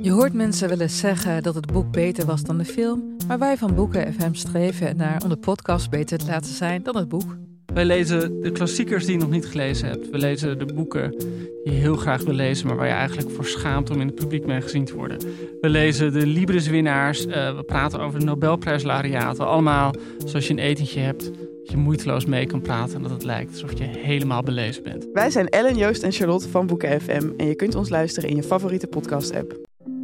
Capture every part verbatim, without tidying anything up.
Je hoort mensen wel eens zeggen dat het boek beter was dan de film, maar wij van Boeken F M streven ernaar om de podcast beter te laten zijn dan het boek. Wij lezen de klassiekers die je nog niet gelezen hebt. We lezen de boeken die je heel graag wil lezen, maar waar je eigenlijk voor schaamt om in het publiek mee gezien te worden. We lezen de Libris-winnaars, uh, we praten over de Nobelprijslaureaten. Allemaal zoals je een etentje hebt, dat je moeiteloos mee kan praten en dat het lijkt alsof je helemaal belezen bent. Wij zijn Ellen, Joost en Charlotte van Boeken F M en je kunt ons luisteren in je favoriete podcast-app.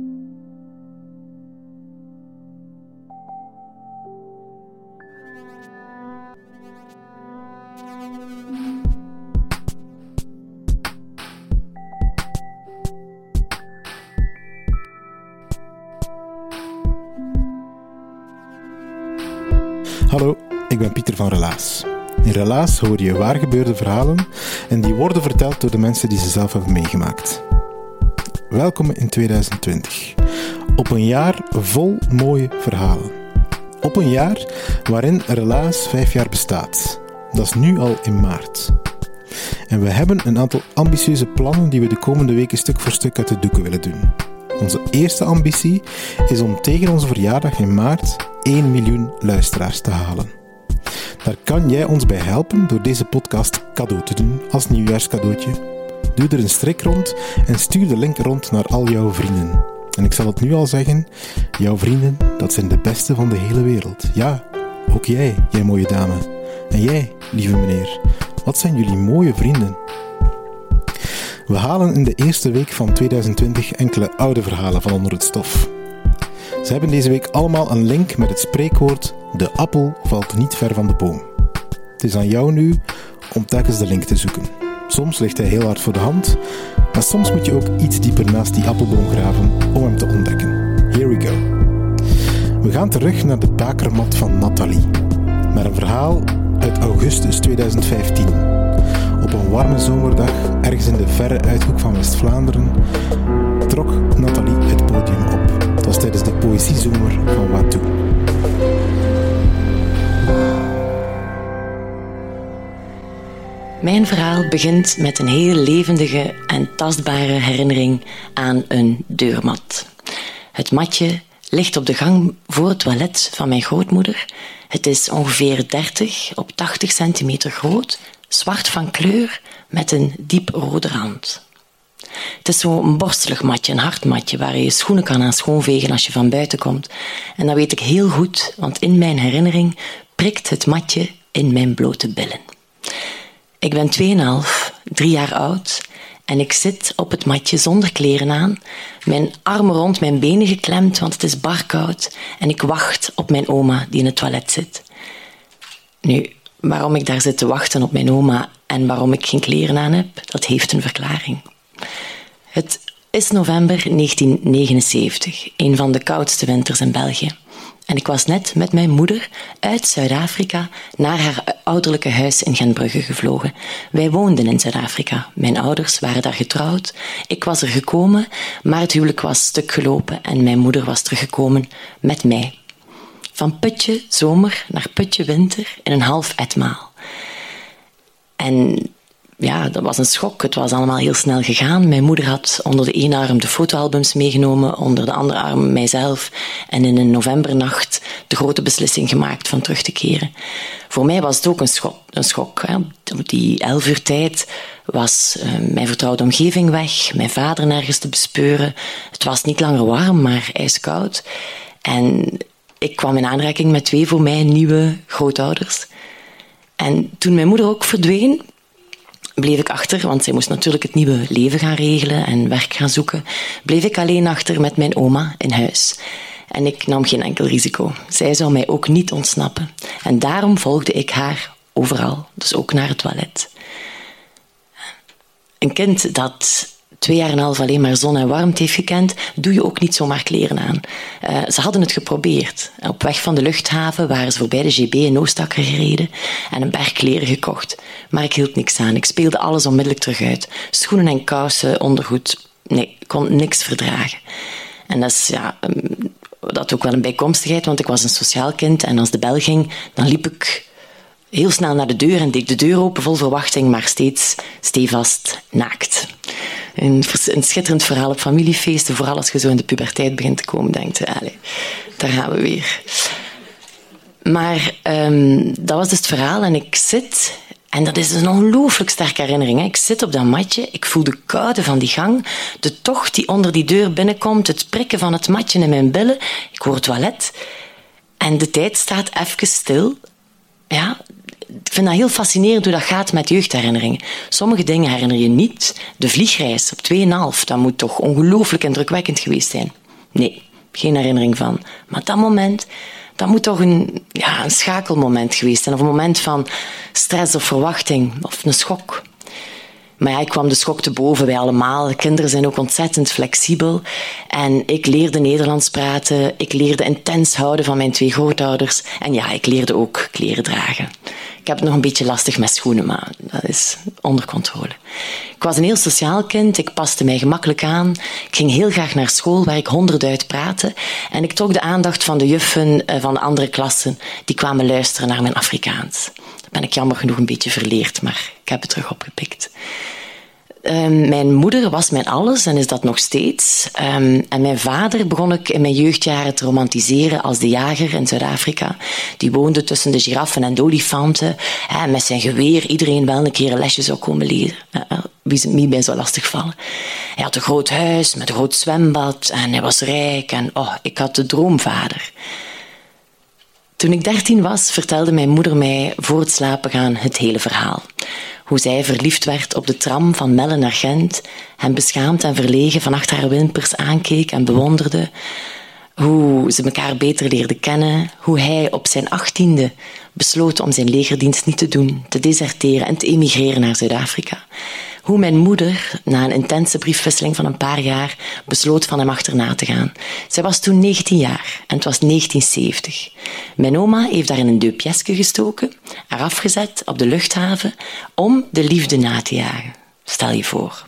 Hallo, ik ben Pieter van Relaas. In Relaas hoor je waar gebeurde verhalen en die worden verteld door de mensen die ze zelf hebben meegemaakt. Welkom in tweeduizend twintig. Op een jaar vol mooie verhalen. Op een jaar waarin Relaas vijf jaar bestaat. Dat is nu al in maart. En we hebben een aantal ambitieuze plannen die we de komende weken stuk voor stuk uit de doeken willen doen. Onze eerste ambitie is om tegen onze verjaardag in maart één miljoen luisteraars te halen. Daar kan jij ons bij helpen door deze podcast cadeau te doen als nieuwjaarscadeautje. Doe er een strik rond en stuur de link rond naar al jouw vrienden. En ik zal het nu al zeggen, jouw vrienden, dat zijn de beste van de hele wereld. Ja, ook jij, jij mooie dame. En jij, lieve meneer, wat zijn jullie mooie vrienden? We halen in de eerste week van tweeduizend twintig enkele oude verhalen van onder het stof. Ze hebben deze week allemaal een link met het spreekwoord de appel valt niet ver van de boom. Het is aan jou nu om telkens de link te zoeken. Soms ligt hij heel hard voor de hand, maar soms moet je ook iets dieper naast die appelboom graven om hem te ontdekken. Here we go. We gaan terug naar de bakermat van Nathalie. Met een verhaal uit augustus tweeduizend vijftien. Op een warme zomerdag, ergens in de verre uithoek van West-Vlaanderen, trok Nathalie het podium op. Het was tijdens de poëziezomer van Watou. Mijn verhaal begint met een heel levendige en tastbare herinnering aan een deurmat. Het matje ligt op de gang voor het toilet van mijn grootmoeder. Het is ongeveer dertig op tachtig centimeter groot, zwart van kleur met een diep rode rand. Het is zo'n borstelig matje, een hard matje, waar je je schoenen kan aan schoonvegen als je van buiten komt. En dat weet ik heel goed, want in mijn herinnering prikt het matje in mijn blote billen. Ik ben tweeënhalf, drie jaar oud en ik zit op het matje zonder kleren aan, mijn armen rond mijn benen geklemd, want het is barkoud, en ik wacht op mijn oma die in het toilet zit. Nu, waarom ik daar zit te wachten op mijn oma en waarom ik geen kleren aan heb, dat heeft een verklaring. Het is november negentien negenenzeventig, een van de koudste winters in België. En ik was net met mijn moeder uit Zuid-Afrika naar haar ouderlijke huis in Gentbrugge gevlogen. Wij woonden in Zuid-Afrika. Mijn ouders waren daar getrouwd. Ik was er gekomen, maar het huwelijk was stuk gelopen en mijn moeder was teruggekomen met mij. Van putje zomer naar putje winter in een half etmaal. En ja, dat was een schok. Het was allemaal heel snel gegaan. Mijn moeder had onder de ene arm de fotoalbums meegenomen, onder de andere arm mijzelf. En in een novembernacht de grote beslissing gemaakt van terug te keren. Voor mij was het ook een schok. Een schok hè. Op die elf uur tijd was uh, mijn vertrouwde omgeving weg. Mijn vader nergens te bespeuren. Het was niet langer warm, maar ijskoud. En ik kwam in aanraking met twee voor mij nieuwe grootouders. En toen mijn moeder ook verdween, bleef ik achter, want zij moest natuurlijk het nieuwe leven gaan regelen en werk gaan zoeken, bleef ik alleen achter met mijn oma in huis. En ik nam geen enkel risico. Zij zou mij ook niet ontsnappen. En daarom volgde ik haar overal, dus ook naar het toilet. Een kind dat twee jaar en een half alleen maar zon en warmte heeft gekend, doe je ook niet zomaar kleren aan. Uh, ze hadden het geprobeerd. Op weg van de luchthaven waren ze voorbij de G B in Oostakker gereden en een berg kleren gekocht. Maar ik hield niks aan. Ik speelde alles onmiddellijk terug uit. Schoenen en kousen, ondergoed. Nee, ik kon niks verdragen. En dat is ja, dat ook wel een bijkomstigheid, want ik was een sociaal kind en als de bel ging, dan liep ik heel snel naar de deur en deed de deur open vol verwachting, maar steeds stevast naakt. Een, een schitterend verhaal op familiefeesten, vooral als je zo in de puberteit begint te komen, denkt je, allez, daar gaan we weer. Maar um, dat was dus het verhaal en ik zit... En dat is een ongelooflijk sterke herinnering. Hè. Ik zit op dat matje, ik voel de koude van die gang, de tocht die onder die deur binnenkomt, het prikken van het matje in mijn billen. Ik hoor het toilet. En de tijd staat even stil. Ja, ik vind dat heel fascinerend hoe dat gaat met jeugdherinneringen. Sommige dingen herinner je niet. De vliegreis op twee en een half, dat moet toch ongelooflijk indrukwekkend geweest zijn. Nee, geen herinnering van. Maar dat moment... Dat moet toch een, ja, een schakelmoment geweest zijn. Of een moment van stress of verwachting. Of een schok. Maar ja, ik kwam de schok te boven, wij allemaal. Kinderen zijn ook ontzettend flexibel. En ik leerde Nederlands praten. Ik leerde intens houden van mijn twee grootouders. En ja, ik leerde ook kleren dragen. Ik heb het nog een beetje lastig met schoenen, maar dat is onder controle. Ik was een heel sociaal kind. Ik paste mij gemakkelijk aan. Ik ging heel graag naar school, waar ik honderd uit praatte. En ik trok de aandacht van de juffen van de andere klassen. Die kwamen luisteren naar mijn Afrikaans. Dat ben ik jammer genoeg een beetje verleerd, maar ik heb het terug opgepikt. Um, mijn moeder was mijn alles en is dat nog steeds. Um, en mijn vader begon ik in mijn jeugdjaren te romantiseren als de jager in Zuid-Afrika. Die woonde tussen de giraffen en de olifanten. En met zijn geweer iedereen wel een keer een lesje zou komen leren. Wie het niet bij zou lastigvallen. Hij had een groot huis met een groot zwembad en hij was rijk. En oh, ik had de droomvader. Toen ik dertien was, vertelde mijn moeder mij voor het slapen gaan het hele verhaal. Hoe zij verliefd werd op de tram van Melle naar Gent, hem beschaamd en verlegen van achter haar wimpers aankeek en bewonderde. Hoe ze elkaar beter leerden kennen. Hoe hij op zijn achttiende besloot om zijn legerdienst niet te doen, te deserteren en te emigreren naar Zuid-Afrika. Hoe mijn moeder, na een intense briefwisseling van een paar jaar, besloot van hem achterna te gaan. Zij was toen negentien jaar en het was negentien zeventig. Mijn oma heeft daar in een deux pièces gestoken, haar afgezet op de luchthaven om de liefde na te jagen. Stel je voor.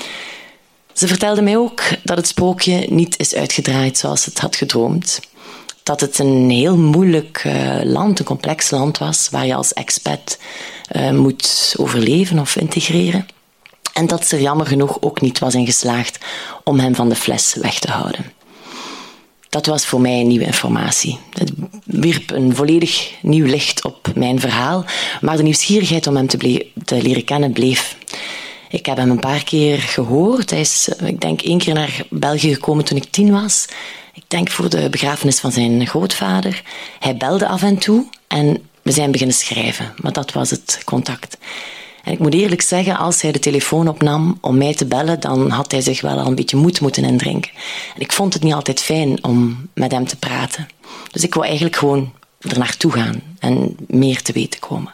Ze vertelde mij ook dat het sprookje niet is uitgedraaid zoals ze het had gedroomd. Dat het een heel moeilijk uh, land, een complex land was, waar je als expat uh, moet overleven of integreren. En dat ze er jammer genoeg ook niet was in geslaagd om hem van de fles weg te houden. Dat was voor mij nieuwe informatie. Het wierp een volledig nieuw licht op mijn verhaal, maar de nieuwsgierigheid om hem te, ble- te leren kennen bleef. Ik heb hem een paar keer gehoord. Hij is, ik denk, één keer naar België gekomen toen ik tien was. Ik denk voor de begrafenis van zijn grootvader. Hij belde af en toe en we zijn beginnen schrijven. Maar dat was het contact. En ik moet eerlijk zeggen, als hij de telefoon opnam om mij te bellen, dan had hij zich wel al een beetje moed moeten indrinken. En ik vond het niet altijd fijn om met hem te praten. Dus ik wou eigenlijk gewoon er naartoe gaan en meer te weten komen.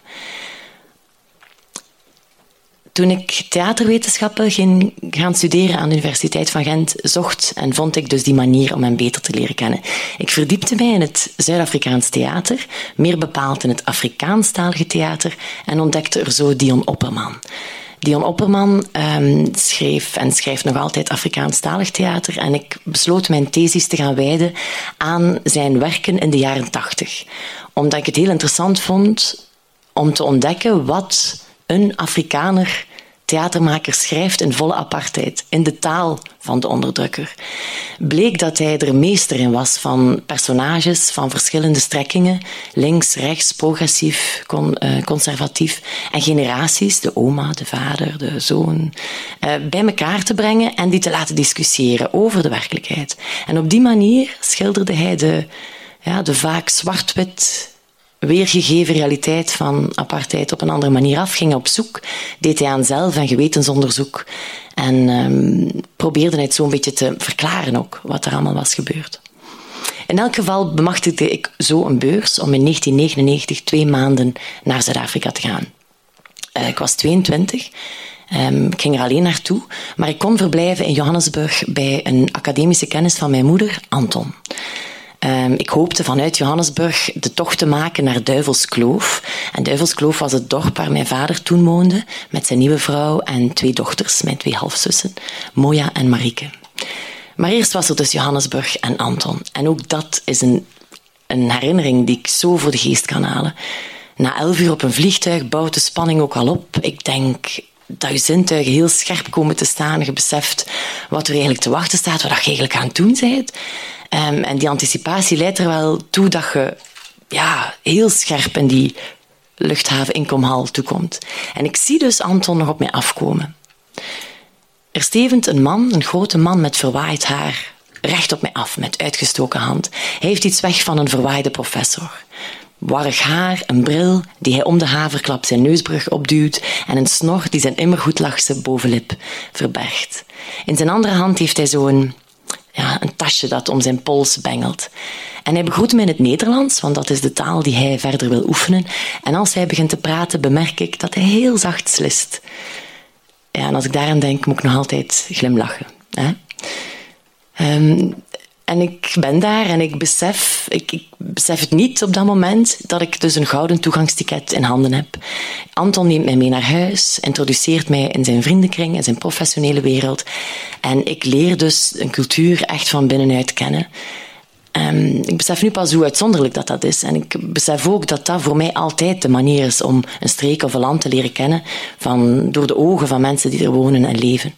Toen ik theaterwetenschappen ging gaan studeren aan de Universiteit van Gent, zocht en vond ik dus die manier om hem beter te leren kennen. Ik verdiepte mij in het Zuid-Afrikaans theater, meer bepaald in het Afrikaanstalige theater, en ontdekte er zo Dion Opperman. Dion Opperman um, schreef en schrijft nog altijd Afrikaanstalig theater en ik besloot mijn thesis te gaan wijden aan zijn werken in de jaren tachtig. Omdat ik het heel interessant vond om te ontdekken wat een Afrikaner theatermaker schrijft in volle apartheid, in de taal van de onderdrukker. Bleek dat hij er meester in was van personages van verschillende strekkingen, links, rechts, progressief, con, uh, conservatief, en generaties, de oma, de vader, de zoon, uh, bij elkaar te brengen en die te laten discussiëren over de werkelijkheid. En op die manier schilderde hij de, ja, de vaak zwart-wit weergegeven realiteit van apartheid op een andere manier af, ging op zoek, deed hij aan zelf- en gewetensonderzoek en um, probeerde hij het zo'n beetje te verklaren ook, wat er allemaal was gebeurd. In elk geval bemachtigde ik zo een beurs om in negentien negenennegentig twee maanden naar Zuid-Afrika te gaan. Uh, ik was tweeëntwintig, um, ik ging er alleen naartoe, maar ik kon verblijven in Johannesburg bij een academische kennis van mijn moeder, Anton. Um, ik hoopte vanuit Johannesburg de tocht te maken naar Duivelskloof. En Duivelskloof was het dorp waar mijn vader toen woonde, met zijn nieuwe vrouw en twee dochters, mijn twee halfzussen, Moja en Marieke. Maar eerst was er dus Johannesburg en Anton. En ook dat is een, een herinnering die ik zo voor de geest kan halen. Na elf uur op een vliegtuig bouwt de spanning ook al op. Ik denk, dat je zintuigen heel scherp komen te staan. Je beseft wat er eigenlijk te wachten staat, wat je eigenlijk aan het doen bent. Um, en die anticipatie leidt er wel toe dat je ja, heel scherp in die luchthaven inkomhal toekomt. En ik zie dus Anton nog op mij afkomen. Er stevend een man, een grote man met verwaaid haar, recht op mij af, met uitgestoken hand. Hij heeft iets weg van een verwaaide professor. Warrig haar, een bril die hij om de haverklap zijn neusbrug opduwt en een snor die zijn immer goed lachse bovenlip verbergt. In zijn andere hand heeft hij zo'n ja, een tasje dat om zijn pols bengelt. En hij begroet me in het Nederlands, want dat is de taal die hij verder wil oefenen. En als hij begint te praten, bemerk ik dat hij heel zacht slist. Ja, en als ik daaraan denk, moet ik nog altijd glimlachen. Hè? Um, en ik ben daar en ik besef, ik, ik besef het niet op dat moment, dat ik dus een gouden toegangsticket in handen heb. Anton neemt mij mee naar huis, introduceert mij in zijn vriendenkring, in zijn professionele wereld. En ik leer dus een cultuur echt van binnenuit kennen. Um, ik besef nu pas hoe uitzonderlijk dat dat is. En ik besef ook dat dat voor mij altijd de manier is om een streek of een land te leren kennen van, door de ogen van mensen die er wonen en leven.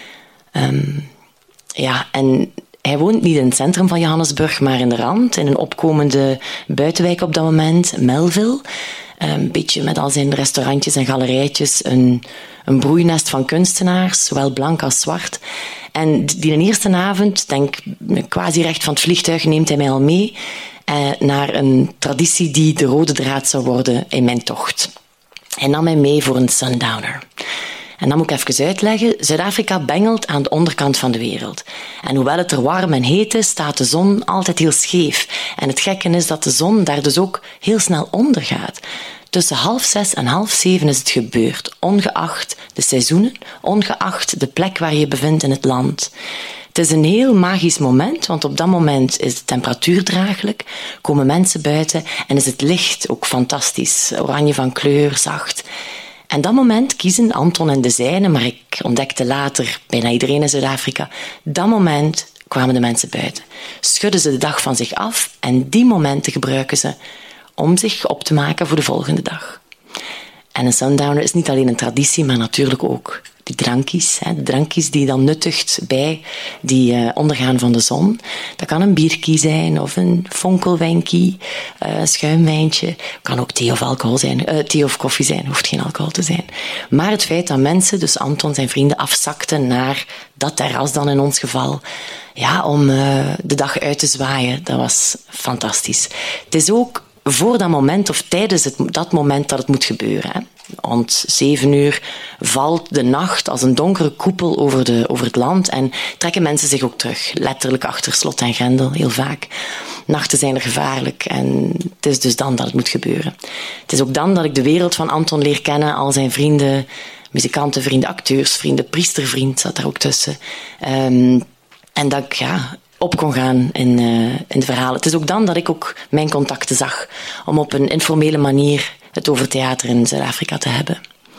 Um, ja, en hij woont niet in het centrum van Johannesburg, maar in de rand, in een opkomende buitenwijk op dat moment, Melville. Een beetje met al zijn restaurantjes en galerijtjes, een, een broeinest van kunstenaars, zowel blank als zwart. En die eerste avond, denk quasi recht van het vliegtuig, neemt hij mij al mee eh, naar een traditie die de rode draad zou worden in mijn tocht. Hij nam mij mee voor een sundowner. En dan moet ik even uitleggen. Zuid-Afrika bengelt aan de onderkant van de wereld. En hoewel het er warm en heet is, staat de zon altijd heel scheef. En het gekke is dat de zon daar dus ook heel snel ondergaat. Tussen half zes en half zeven is het gebeurd, ongeacht de seizoenen, ongeacht de plek waar je je bevindt in het land. Het is een heel magisch moment, want op dat moment is de temperatuur draaglijk, komen mensen buiten en is het licht ook fantastisch, oranje van kleur, zacht. En dat moment kiezen Anton en de zijnen, maar ik ontdekte later bijna iedereen in Zuid-Afrika, dat moment kwamen de mensen buiten. Schudden ze de dag van zich af en die momenten gebruiken ze om zich op te maken voor de volgende dag. En een sundowner is niet alleen een traditie, maar natuurlijk ook die drankies. Hè, de drankies die je dan nuttigt bij die uh, ondergaan van de zon. Dat kan een bierkie zijn of een fonkelwijnkie, uh, een schuimwijntje. Kan ook thee of alcohol zijn, uh, thee of koffie zijn, hoeft geen alcohol te zijn. Maar het feit dat mensen, dus Anton zijn vrienden, afzakten naar dat terras dan in ons geval, ja, om uh, de dag uit te zwaaien, dat was fantastisch. Het is ook voor dat moment of tijdens het, dat moment dat het moet gebeuren. Hè. Rond zeven uur valt de nacht als een donkere koepel over, de, over het land en trekken mensen zich ook terug. Letterlijk achter slot en grendel, heel vaak. Nachten zijn er gevaarlijk en het is dus dan dat het moet gebeuren. Het is ook dan dat ik de wereld van Anton leer kennen, al zijn vrienden, muzikanten, vrienden, acteurs, vrienden, priestervriend zat daar ook tussen. Um, en dat ik, ja, op kon gaan in, uh, in de verhalen. Het is ook dan dat ik ook mijn contacten zag om op een informele manier het over theater in Zuid-Afrika te hebben.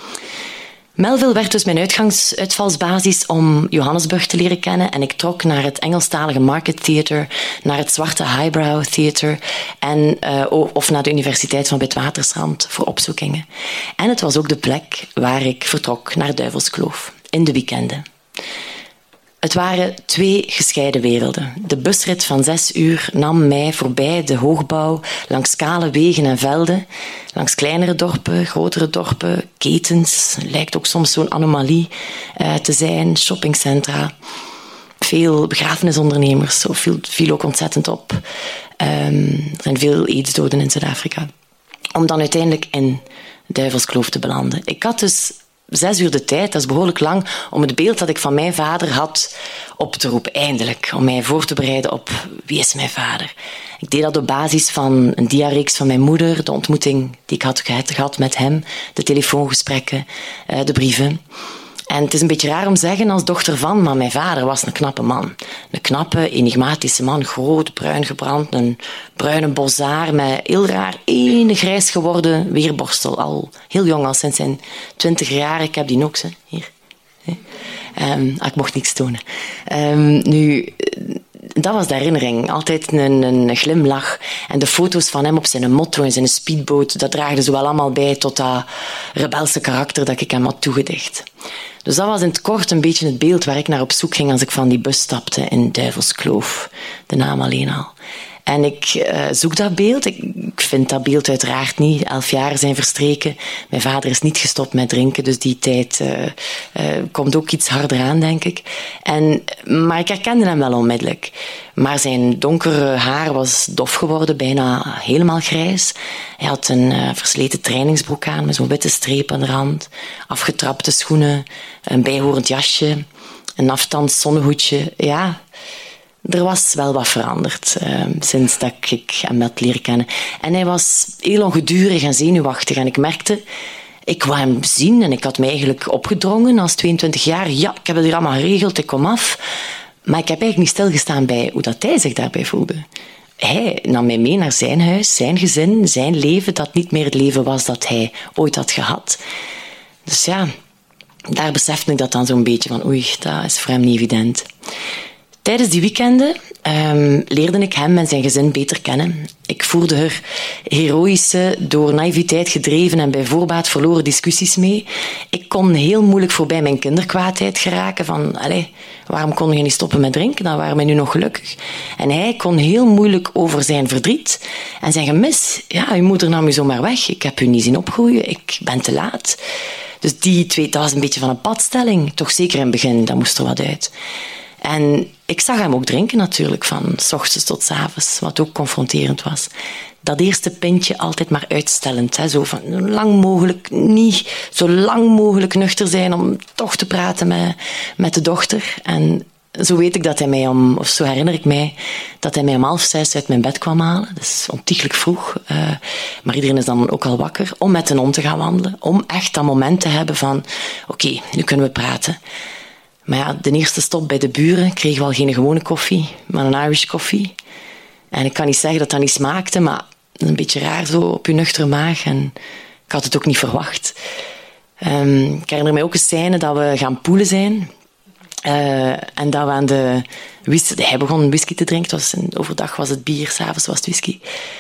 Melville werd dus mijn uitgangs, uitvalsbasis om Johannesburg te leren kennen en ik trok naar het Engelstalige Market Theatre, naar het zwarte Highbrow Theatre en, uh, of naar de Universiteit van Witwatersrand voor opzoekingen. En het was ook de plek waar ik vertrok naar Duivelskloof, in de weekenden. Het waren twee gescheiden werelden. De busrit van zes uur nam mij voorbij de hoogbouw, langs kale wegen en velden, langs kleinere dorpen, grotere dorpen, ketens, lijkt ook soms zo'n anomalie uh, te zijn, shoppingcentra. Veel begrafenisondernemers, zo viel, viel ook ontzettend op. Um, er zijn veel aidsdoden in Zuid-Afrika. Om dan uiteindelijk in Duivelskloof te belanden. Ik had dus Zes uur de tijd, dat is behoorlijk lang, om het beeld dat ik van mijn vader had op te roepen, eindelijk. Om mij voor te bereiden op wie is mijn vader. Ik deed dat op basis van een diareeks van mijn moeder, de ontmoeting die ik had gehad met hem, de telefoongesprekken, de brieven. En het is een beetje raar om te zeggen als dochter van, maar mijn vader was een knappe man. Een knappe, enigmatische man, groot, bruin gebrand, een bruine bossaar met heel raar één grijs geworden weerborstel. Al heel jong, al sinds zijn twintig jaar. Ik heb die nog, hè. Hier. Um, ah, ik mocht niks tonen. Um, nu, dat was de herinnering. Altijd een, een glimlach. En de foto's van hem op zijn motto en zijn speedboot, dat draagde zo wel allemaal bij tot dat rebelse karakter dat ik hem had toegedicht. Dus dat was in het kort een beetje het beeld waar ik naar op zoek ging als ik van die bus stapte in Duivelskloof. De naam alleen al. En ik uh, zoek dat beeld. Ik, ik vind dat beeld uiteraard niet. Elf jaar zijn verstreken. Mijn vader is niet gestopt met drinken, dus die tijd uh, uh, komt ook iets harder aan, denk ik. En, maar ik herkende hem wel onmiddellijk. Maar zijn donkere haar was dof geworden, bijna helemaal grijs. Hij had een uh, versleten trainingsbroek aan met zo'n witte streep aan de rand, afgetrapte schoenen, een bijhorend jasje, een afstands zonnehoedje. Ja, er was wel wat veranderd uh, sinds dat ik hem had leren kennen. En hij was heel ongedurig en zenuwachtig. En ik merkte, ik wou hem zien en ik had mij eigenlijk opgedrongen als tweeëntwintig jaar. Ja, ik heb het hier allemaal geregeld, ik kom af. Maar ik heb eigenlijk niet stilgestaan bij hoe dat hij zich daarbij voelde. Hij nam mij mee naar zijn huis, zijn gezin, zijn leven, dat niet meer het leven was dat hij ooit had gehad. Dus ja, daar besefte ik dat dan zo'n beetje van, oei, dat is voor hem niet evident. Tijdens die weekenden um, leerde ik hem en zijn gezin beter kennen. Ik voerde er heroïsche, door naïviteit gedreven en bij voorbaat verloren discussies mee. Ik kon heel moeilijk voorbij mijn kinderkwaadheid geraken. Van, allez, waarom kon je niet stoppen met drinken? Dan waren wij nu nog gelukkig. En hij kon heel moeilijk over zijn verdriet en zijn gemis. Ja, uw moeder nam u zomaar weg. Ik heb u niet zien opgroeien. Ik ben te laat. Dus die twee, dat was een beetje van een padstelling. Toch zeker in het begin, dat moest er wat uit. En ik zag hem ook drinken natuurlijk, van 's ochtends tot 's avonds, wat ook confronterend was. Dat eerste pintje altijd maar uitstellend, hè, zo van zo lang mogelijk niet, zo lang mogelijk nuchter zijn om toch te praten met, met de dochter. En zo weet ik dat hij mij om, of zo herinner ik mij, dat hij mij om half zes uit mijn bed kwam halen. Dat is ontiegelijk vroeg, uh, maar iedereen is dan ook al wakker, om met een hond te gaan wandelen, om echt dat moment te hebben van, oké, okay, nu kunnen we praten. Maar ja, de eerste stop bij de buren kregen we al geen gewone koffie, maar een Irish koffie. En ik kan niet zeggen dat dat niet smaakte, maar een beetje raar zo op je nuchtere maag. En ik had het ook niet verwacht. Um, ik herinner mij ook een scène dat we gaan poelen zijn. Uh, en dat we aan de whisky... Hij begon whisky te drinken. Het was een, overdag was het bier, 's avonds was het whisky.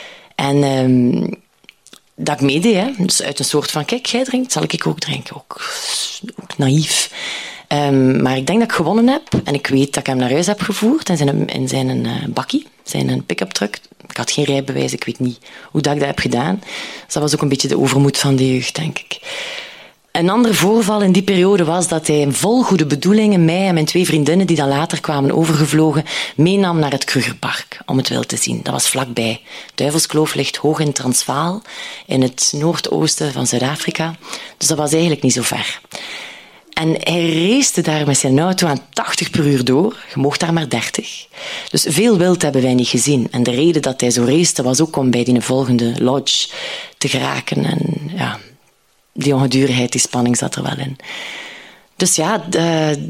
En um, dat ik meedeed, hè. Dus uit een soort van, kijk, jij drinkt, zal ik ook drinken. Ook, ook naïef. Um, maar ik denk dat ik gewonnen heb. En ik weet dat ik hem naar huis heb gevoerd in zijn, in zijn uh, bakkie, zijn pick-up truck. Ik had geen rijbewijs, ik weet niet hoe dat ik dat heb gedaan. Dus dat was ook een beetje de overmoed van de jeugd, denk ik. Een ander voorval in die periode was dat hij vol goede bedoelingen mij en mijn twee vriendinnen, die dan later kwamen overgevlogen, meenam naar het Krugerpark om het wild te zien. Dat was vlakbij. Duivelskloof ligt hoog in Transvaal, in het noordoosten van Zuid-Afrika. Dus dat was eigenlijk niet zo ver. En hij race daar met zijn auto aan tachtig per uur door. Je mocht daar maar dertig. Dus veel wild hebben wij niet gezien. En de reden dat hij zo racete was ook om bij die volgende lodge te geraken. En ja, die ongedurigheid, die spanning zat er wel in. Dus ja, de,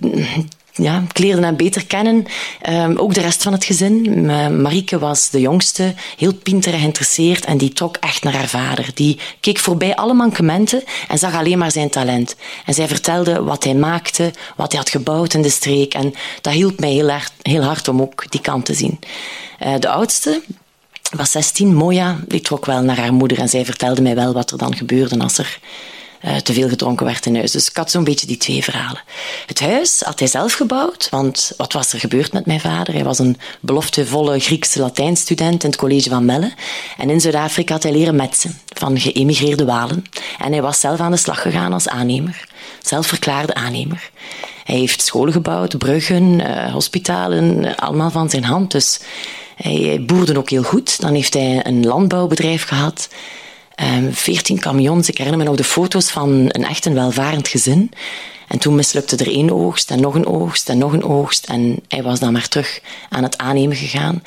ja ik leerde hem beter kennen. Um, ook de rest van het gezin. Marieke was de jongste, heel pinter en geïnteresseerd. En die trok echt naar haar vader. Die keek voorbij alle mankementen en zag alleen maar zijn talent. En zij vertelde wat hij maakte, wat hij had gebouwd in de streek. En dat hielp mij heel hard, heel hard om ook die kant te zien. Uh, de oudste was zestien, Moja, die trok wel naar haar moeder. En zij vertelde mij wel wat er dan gebeurde als er Uh, te veel gedronken werd in huis. Dus ik had zo'n beetje die twee verhalen. Het huis had hij zelf gebouwd, want wat was er gebeurd met mijn vader? Hij was een beloftevolle Griekse Latijnstudent in het college van Melle. En in Zuid-Afrika had hij leren metsen van geëmigreerde Walen. En hij was zelf aan de slag gegaan als aannemer. Zelfverklaarde aannemer. Hij heeft scholen gebouwd, bruggen, uh, hospitalen, uh, allemaal van zijn hand. Dus hij boerde ook heel goed. Dan heeft hij een landbouwbedrijf gehad. Um, veertien camions, ik herinner me nog de foto's van een echt een welvarend gezin. En toen mislukte er één oogst en nog een oogst en nog een oogst. En hij was dan maar terug aan het aannemen gegaan.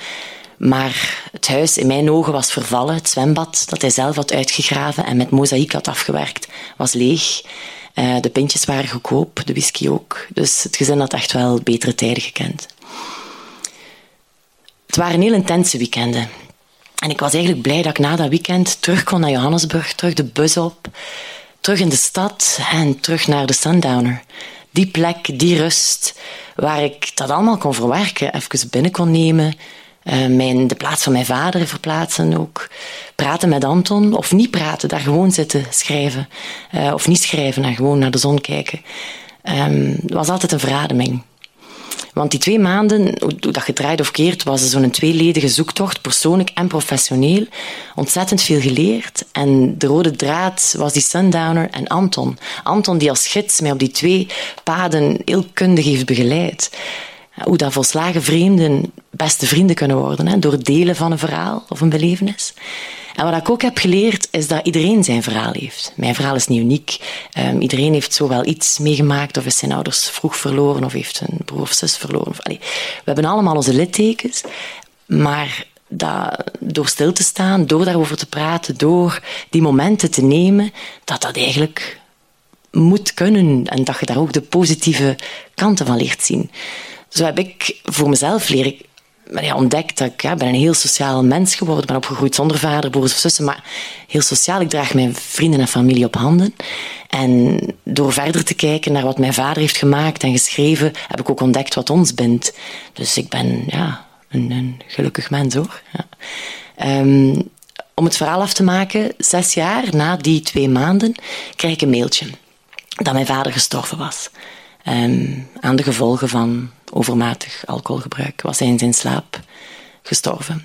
Maar het huis in mijn ogen was vervallen. Het zwembad dat hij zelf had uitgegraven en met mozaïek had afgewerkt, was leeg. Uh, de pintjes waren goedkoop, de whisky ook. Dus het gezin had echt wel betere tijden gekend. Het waren heel intense weekenden. En ik was eigenlijk blij dat ik na dat weekend terug kon naar Johannesburg, terug de bus op, terug in de stad en terug naar de Sundowner. Die plek, die rust, waar ik dat allemaal kon verwerken, even binnen kon nemen, uh, mijn, de plaats van mijn vader verplaatsen ook, praten met Anton, of niet praten, daar gewoon zitten schrijven, uh, of niet schrijven en gewoon naar de zon kijken. um, was altijd een verademing. Want die twee maanden, hoe dat je draait of keert, was zo'n tweeledige zoektocht, persoonlijk en professioneel. Ontzettend veel geleerd. En de rode draad was die Sundowner en Anton. Anton die als gids mij op die twee paden heel kundig heeft begeleid. Hoe dat volslagen vreemden beste vrienden kunnen worden, hè, door het delen van een verhaal of een belevenis. En wat ik ook heb geleerd, is dat iedereen zijn verhaal heeft. Mijn verhaal is niet uniek. Um, iedereen heeft zowel iets meegemaakt, of is zijn ouders vroeg verloren, of heeft een broer of zus verloren. Of, allee, we hebben allemaal onze littekens, maar dat, door stil te staan, door daarover te praten, door die momenten te nemen, dat dat eigenlijk moet kunnen en dat je daar ook de positieve kanten van leert zien. Zo heb ik voor mezelf leren ja, ontdekt dat ik ja, ben een heel sociaal mens geworden. Ik ben opgegroeid zonder vader, broers of zussen, maar heel sociaal. Ik draag mijn vrienden en familie op handen. En door verder te kijken naar wat mijn vader heeft gemaakt en geschreven, heb ik ook ontdekt wat ons bindt. Dus ik ben ja, een, een gelukkig mens, hoor. Ja. Um, om het verhaal af te maken, zes jaar na die twee maanden krijg ik een mailtje dat mijn vader gestorven was. Um, aan de gevolgen van overmatig alcoholgebruik was hij in zijn slaap gestorven.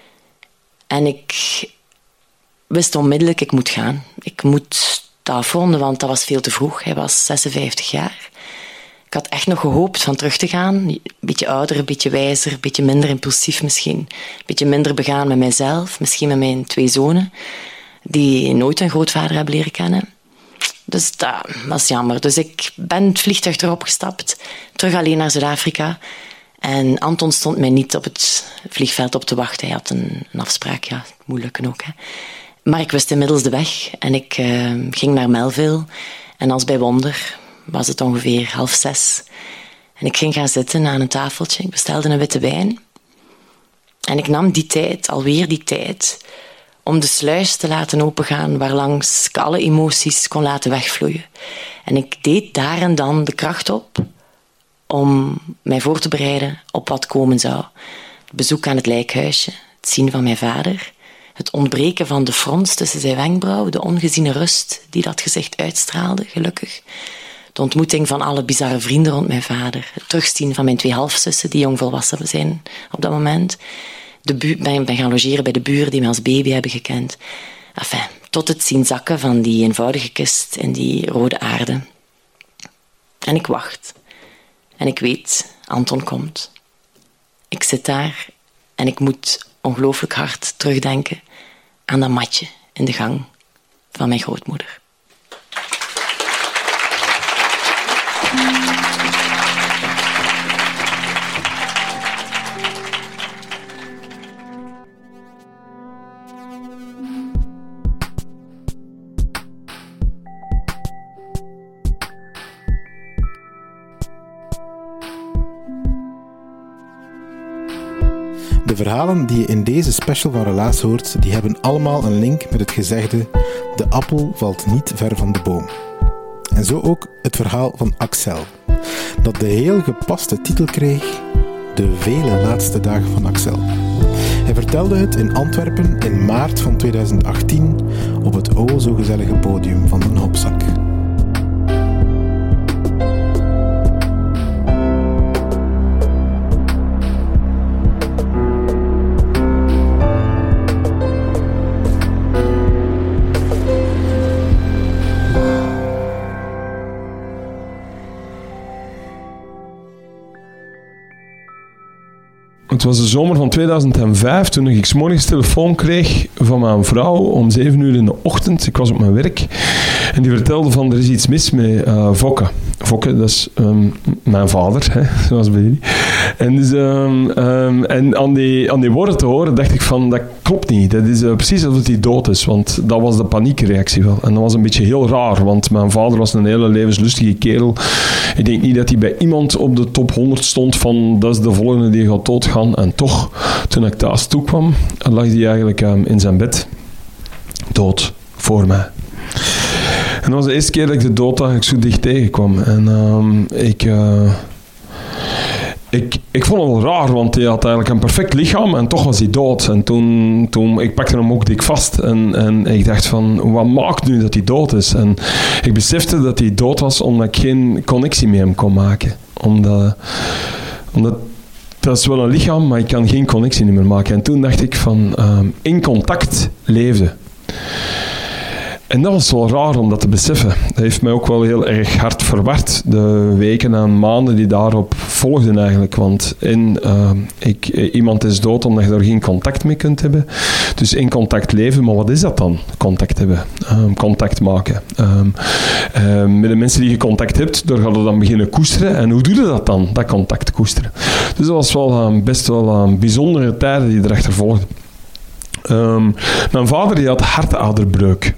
En ik wist onmiddellijk, ik moet gaan. Ik moet dat afronden, want dat was veel te vroeg. Hij was zesenvijftig jaar. Ik had echt nog gehoopt van terug te gaan. Een beetje ouder, een beetje wijzer, een beetje minder impulsief misschien. Een beetje minder begaan met mijzelf, misschien met mijn twee zonen, die nooit een grootvader hebben leren kennen. Dus dat was jammer. Dus ik ben het vliegtuig erop gestapt, terug alleen naar Zuid-Afrika. En Anton stond mij niet op het vliegveld op te wachten. Hij had een, een afspraak, ja, moeilijk ook. Hè. Maar ik wist inmiddels de weg en ik uh, ging naar Melville. En als bij wonder was het ongeveer half zes. En ik ging gaan zitten aan een tafeltje. Ik bestelde een witte wijn. En ik nam die tijd, alweer die tijd, om de sluis te laten opengaan waarlangs ik alle emoties kon laten wegvloeien. En ik deed daar en dan de kracht op om mij voor te bereiden op wat komen zou. Het bezoek aan het lijkhuisje, het zien van mijn vader, het ontbreken van de frons tussen zijn wenkbrauwen, de ongeziene rust die dat gezicht uitstraalde, gelukkig. De ontmoeting van alle bizarre vrienden rond mijn vader, het terugzien van mijn twee halfzussen die jongvolwassen zijn op dat moment. De bu- ben, ben gaan logeren bij de buren die mij als baby hebben gekend. Enfin, tot het zien zakken van die eenvoudige kist in die rode aarde. En ik wacht. En ik weet, Anton komt. Ik zit daar en ik moet ongelooflijk hard terugdenken aan dat matje in de gang van mijn grootmoeder. De verhalen die je in deze special van Relaas hoort, die hebben allemaal een link met het gezegde: de appel valt niet ver van de boom. En zo ook het verhaal van Axel, dat de heel gepaste titel kreeg: De vele laatste dagen van Axel. Hij vertelde het in Antwerpen in maart van tweeduizend achttien op het o zo gezellige podium van Den Hopzak. Het was de zomer van tweeduizend vijf toen ik 's morgens telefoon kreeg van mijn vrouw om zeven uur in de ochtend. Ik was op mijn werk en die vertelde van er is iets mis met uh, Fokke. Fokke, dat is um, mijn vader, hè, zoals bij jullie. En, dus, um, um, en aan, die, aan die woorden te horen dacht ik van dat klopt niet. Dat is uh, precies alsof hij dood is, want dat was de paniekreactie wel. En dat was een beetje heel raar, want mijn vader was een hele levenslustige kerel. Ik denk niet dat hij bij iemand op de top honderd stond van dat is de volgende die gaat doodgaan. En toch, toen ik thuis toekwam, lag hij eigenlijk um, in zijn bed, dood, voor mij. En dat was de eerste keer dat ik de dood eigenlijk zo dicht tegenkwam. En um, ik... Uh, ik, ik vond het wel raar, want hij had eigenlijk een perfect lichaam en toch was hij dood. En toen, toen ik pakte hem ook dik vast en, en ik dacht van, wat maakt nu dat hij dood is? En ik besefte dat hij dood was omdat ik geen connectie met hem kon maken. Omdat, omdat dat is wel een lichaam, maar ik kan geen connectie meer maken. En toen dacht ik van, um, in contact leefde. En dat was wel raar om dat te beseffen. Dat heeft mij ook wel heel erg hard verward. De weken en maanden die daarop volgden eigenlijk. Want in, uh, ik, iemand is dood omdat je daar geen contact mee kunt hebben. Dus in contact leven, maar wat is dat dan? Contact hebben. Um, contact maken. Um, uh, met de mensen die je contact hebt, daar gaat je dan beginnen koesteren. En hoe doe je dat dan, dat contact koesteren? Dus dat was wel um, best wel um, bijzondere tijden die erachter volgden. Um, mijn vader die had hartaderbreuk.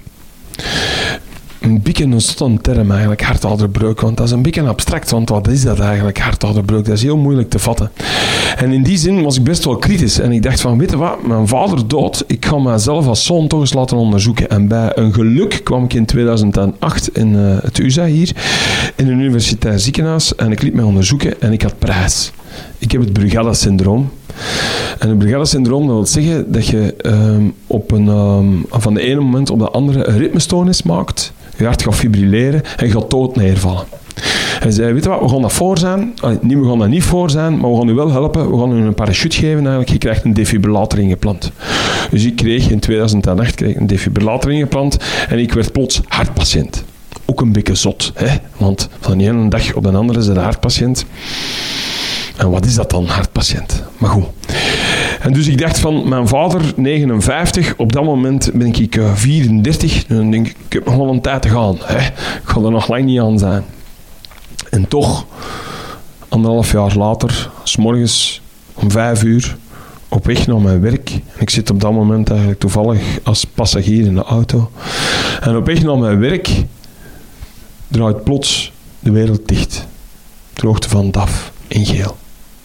Een beetje een zotte term eigenlijk, hartaderbreuk, want dat is een beetje abstract, want wat is dat eigenlijk, hartaderbreuk? Dat is heel moeilijk te vatten. En in die zin was ik best wel kritisch en ik dacht van, weet je wat, mijn vader dood, ik ga mezelf als zoon toch eens laten onderzoeken. En bij een geluk kwam ik in tweeduizend acht in uh, het U S A hier, in een universitair ziekenhuis, en ik liet mij onderzoeken en ik had prijs. Ik heb het Brugada-syndroom. En het Brugada-syndroom, dat wil zeggen dat je um, op een, um, van de ene moment op de andere een ritmestoornis maakt. Je hart gaat fibrilleren en je gaat dood neervallen. Hij zei, weet je wat, we gaan dat voor zijn. Allee, niet, we gaan dat niet voor zijn, maar we gaan u wel helpen. We gaan u een parachute geven eigenlijk. Je krijgt een defibrillator ingeplant. Dus ik kreeg in tweeduizend acht kreeg een defibrillator ingeplant en ik werd plots hartpatiënt. Ook een beetje zot, hè? Want van de ene dag op de andere is het een hartpatiënt. En wat is dat dan, hartpatiënt? Maar goed. En dus ik dacht van, mijn vader, negenenvijftig, op dat moment ben ik uh, vierendertig. En dan denk ik, ik heb nog wel een tijd te gaan. Hè? Ik ga er nog lang niet aan zijn. En toch, anderhalf jaar later, 's morgens om vijf uur, op weg naar mijn werk. En ik zit op dat moment eigenlijk toevallig als passagier in de auto. En op weg naar mijn werk draait plots de wereld dicht. Ter hoogte van D A F in geel.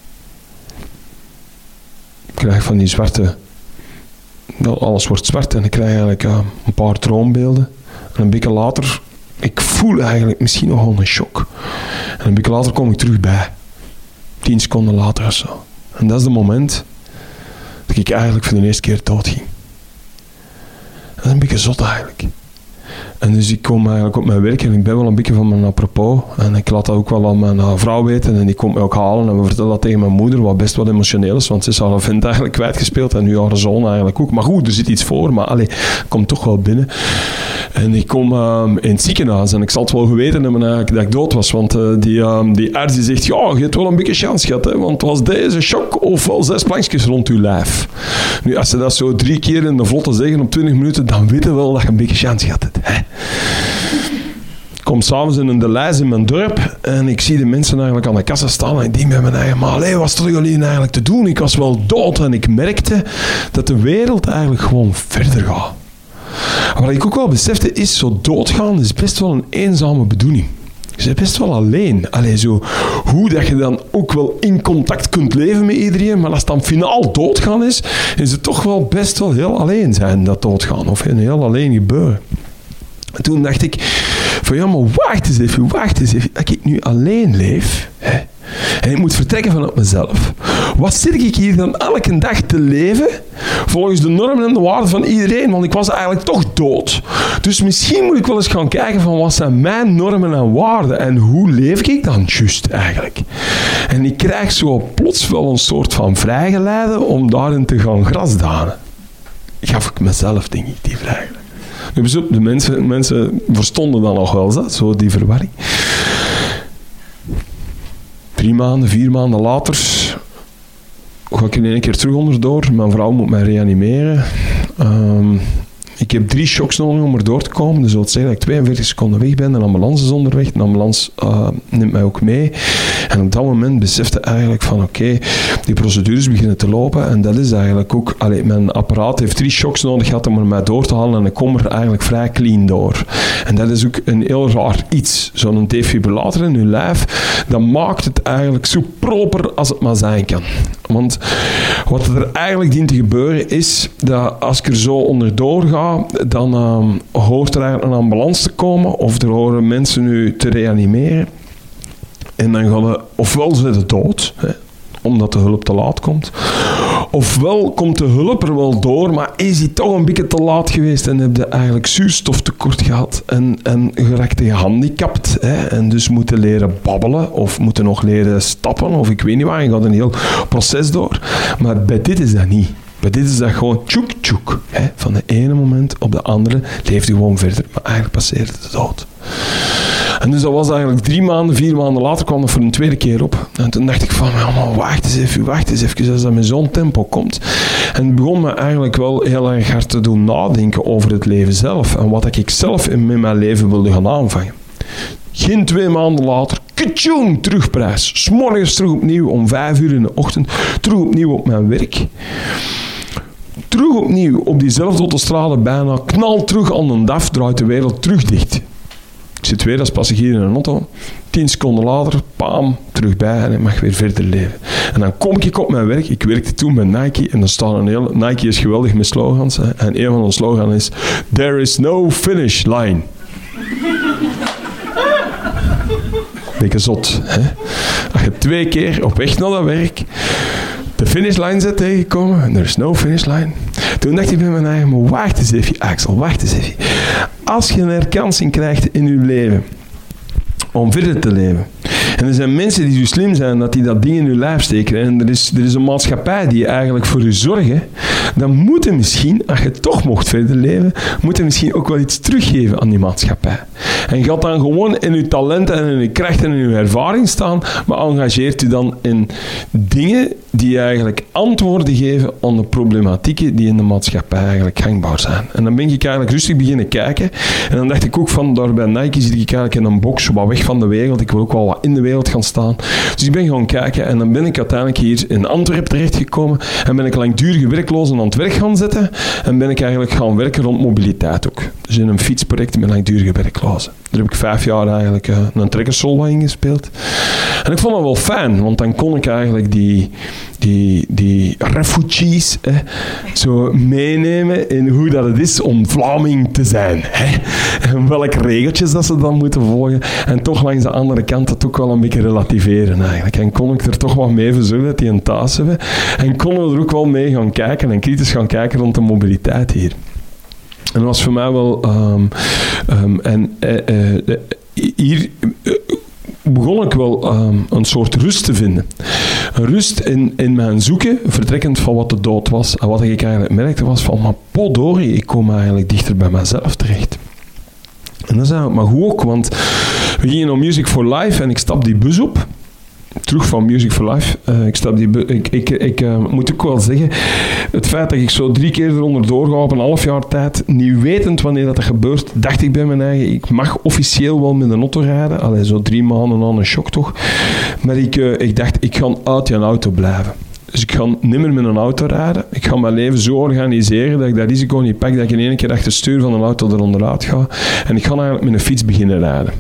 Ik krijg van die zwarte... Alles wordt zwart en ik krijg eigenlijk uh, een paar droombeelden. En een beetje later... Ik voel eigenlijk misschien nog wel een shock. En een beetje later kom ik terug bij. Tien seconden later of zo. En dat is het moment dat ik eigenlijk voor de eerste keer dood ging. Dat is een beetje zot eigenlijk. En dus ik kom eigenlijk op mijn werk en ik ben wel een beetje van mijn apropos. En ik laat dat ook wel aan mijn uh, vrouw weten. En die komt mij ook halen. En we vertellen dat tegen mijn moeder, wat best wel emotioneel is. Want ze is haar vent eigenlijk kwijtgespeeld. En nu haar zoon eigenlijk ook. Maar goed, er zit iets voor. Maar allee, komt toch wel binnen. En ik kom uh, in het ziekenhuis. En ik zal het wel geweten hebben eigenlijk dat ik dood was. Want uh, die, uh, die arts die zegt, ja, je hebt wel een beetje chance gehad. Hè, want was deze shock of wel zes plankjes rond je lijf. Nu, als ze dat zo drie keer in de vlotte zeggen op twintig minuten, dan weten we wel dat je een beetje chance gehad hebt. Hè. Ik kom s'avonds in een Delijs in mijn dorp en ik zie de mensen eigenlijk aan de kassa staan en ik denk bij mijn eigen, maar allee, wat stonden jullie eigenlijk te doen? Ik was wel dood en ik merkte dat de wereld eigenlijk gewoon verder gaat. Wat ik ook wel besefte is, zo doodgaan is best wel een eenzame bedoeling. Je bent best wel alleen. Allee, zo, hoe dat je dan ook wel in contact kunt leven met iedereen, maar als het dan finaal doodgaan is, is het toch wel best wel heel alleen zijn, dat doodgaan. Of een heel alleen gebeuren. En toen dacht ik, van ja, maar wacht eens even, wacht eens even, dat ik nu alleen leef, hè, en ik moet vertrekken vanuit mezelf. Wat zit ik hier dan elke dag te leven volgens de normen en de waarden van iedereen? Want ik was eigenlijk toch dood. Dus misschien moet ik wel eens gaan kijken van wat zijn mijn normen en waarden en hoe leef ik dan juist eigenlijk? En ik krijg zo plots wel een soort van vrijgeleide om daarin te gaan grasdanen. Gaf ik mezelf, denk ik, die vrijgeleide. Dus de mensen, mensen verstonden dan nog wel dat, zo die verwarring. Drie maanden, vier maanden later ga ik in één keer terug onderdoor. Mijn vrouw moet mij reanimeren. Um, ik heb drie shocks nodig om erdoor te komen. Dus dat wil zeggen dat ik tweeënveertig seconden weg ben. Een ambulance is onderweg. De ambulance uh, neemt mij ook mee. En op dat moment besefte eigenlijk van oké, okay, die procedures beginnen te lopen. En dat is eigenlijk ook... Allee, mijn apparaat heeft drie shocks nodig gehad om er mij door te halen. En ik kom er eigenlijk vrij clean door. En dat is ook een heel raar iets. Zo'n defibrillator in je lijf, dat maakt het eigenlijk zo proper als het maar zijn kan. Want wat er eigenlijk dient te gebeuren is dat als ik er zo onderdoor ga, dan um, hoort er eigenlijk een ambulance te komen of er horen mensen nu te reanimeren. En dan gaan we, ofwel ze de dood, hè, omdat de hulp te laat komt. Ofwel komt de hulp er wel door, maar is hij toch een beetje te laat geweest en heb je eigenlijk zuurstoftekort gehad en, en geraakt gehandicapt. Hè? En dus moeten leren babbelen of moeten nog leren stappen of ik weet niet waar. Je gaat een heel proces door. Maar bij dit is dat niet. Bij dit is dat gewoon tjoek tjoek. Hè? Van de ene moment op de andere leeft hij gewoon verder, maar eigenlijk passeert het de dood. En dus dat was eigenlijk drie maanden, vier maanden later kwam dat voor een tweede keer op. En toen dacht ik van, ja, maar wacht eens even, wacht eens even, als dat met zo'n tempo komt. En het begon me eigenlijk wel heel erg hard te doen nadenken over het leven zelf. En wat ik zelf in mijn leven wilde gaan aanvangen. Geen twee maanden later, ketjoen, terugprijs. 's Morgens terug opnieuw om vijf uur in de ochtend, terug opnieuw op mijn werk. Terug opnieuw op diezelfde autostrade bijna, knal terug aan een D A F, draait de wereld terug dicht. Ik zit weer als passagier in een auto. Tien seconden later, pam, terug bij en ik mag weer verder leven. En dan kom ik op mijn werk. Ik werkte toen met Nike en er staat een hele... Nike is geweldig met slogans. Hè, en een van de slogans is There is no finish line. Beetje zot, hè. Als je twee keer op weg naar dat werk de finishlijn zit tegengekomen en er is no finish line. Toen dacht ik bij mijn eigen, maar wacht eens even, Axel, wacht eens even. Als je een herkansing krijgt in je leven om verder te leven. En er zijn mensen die zo slim zijn dat die dat ding in hun lijf steken. En er is, er is een maatschappij die eigenlijk voor je zorgen. Dan moet je misschien, als je toch mocht verder leven, moet je misschien ook wel iets teruggeven aan die maatschappij. En je gaat dan gewoon in je talenten en in je krachten en in je ervaring staan, maar engageert u dan in dingen die eigenlijk antwoorden geven aan de problematieken die in de maatschappij eigenlijk gangbaar zijn. En dan ben ik eigenlijk rustig beginnen kijken. En dan dacht ik ook van, daar bij Nike zit ik eigenlijk in een box, wat weg van de wereld. Ik wil ook wel wat in de wereld gaan staan. Dus ik ben gaan kijken en dan ben ik uiteindelijk hier in Antwerpen terechtgekomen en ben ik langdurige werklozen aan het werk gaan zetten en ben ik eigenlijk gaan werken rond mobiliteit ook. Dus in een fietsproject met langdurige werklozen. Daar heb ik vijf jaar eigenlijk uh, een trekkersrol in gespeeld. En ik vond dat wel fijn, want dan kon ik eigenlijk die, die, die refugees hè, zo meenemen in hoe dat het is om Vlaming te zijn. Hè. En welke regeltjes dat ze dan moeten volgen. En toch langs de andere kant het ook wel een beetje relativeren eigenlijk. En kon ik er toch wat mee verzorgen dat die een thuis hebben. En konden we er ook wel mee gaan kijken en kritisch gaan kijken rond de mobiliteit hier. En dat was voor mij wel... Um, um, en uh, uh, hier uh, begon ik wel um, een soort rust te vinden. Een rust in, in mijn zoeken, vertrekkend van wat de dood was. En wat ik eigenlijk merkte was van, maar potdorie, ik kom eigenlijk dichter bij mezelf terecht. En dat is eigenlijk maar goed ook, want we gingen naar Music for Life en ik stap die bus op. Terug van Music for Life. Uh, ik stap die bu- ik, ik, ik uh, moet ook wel zeggen, het feit dat ik zo drie keer eronder doorga op een half jaar tijd, niet wetend wanneer dat gebeurt, dacht ik bij mijn eigen, ik mag officieel wel met een auto rijden. Allee, zo drie maanden aan een shock toch. Maar ik, uh, ik dacht, ik ga uit die auto blijven. Dus ik ga niet meer met een auto rijden. Ik ga mijn leven zo organiseren dat ik dat risico niet pak, dat ik in één keer achter het stuur van een auto eronderuit ga. En ik ga eigenlijk met een fiets beginnen rijden.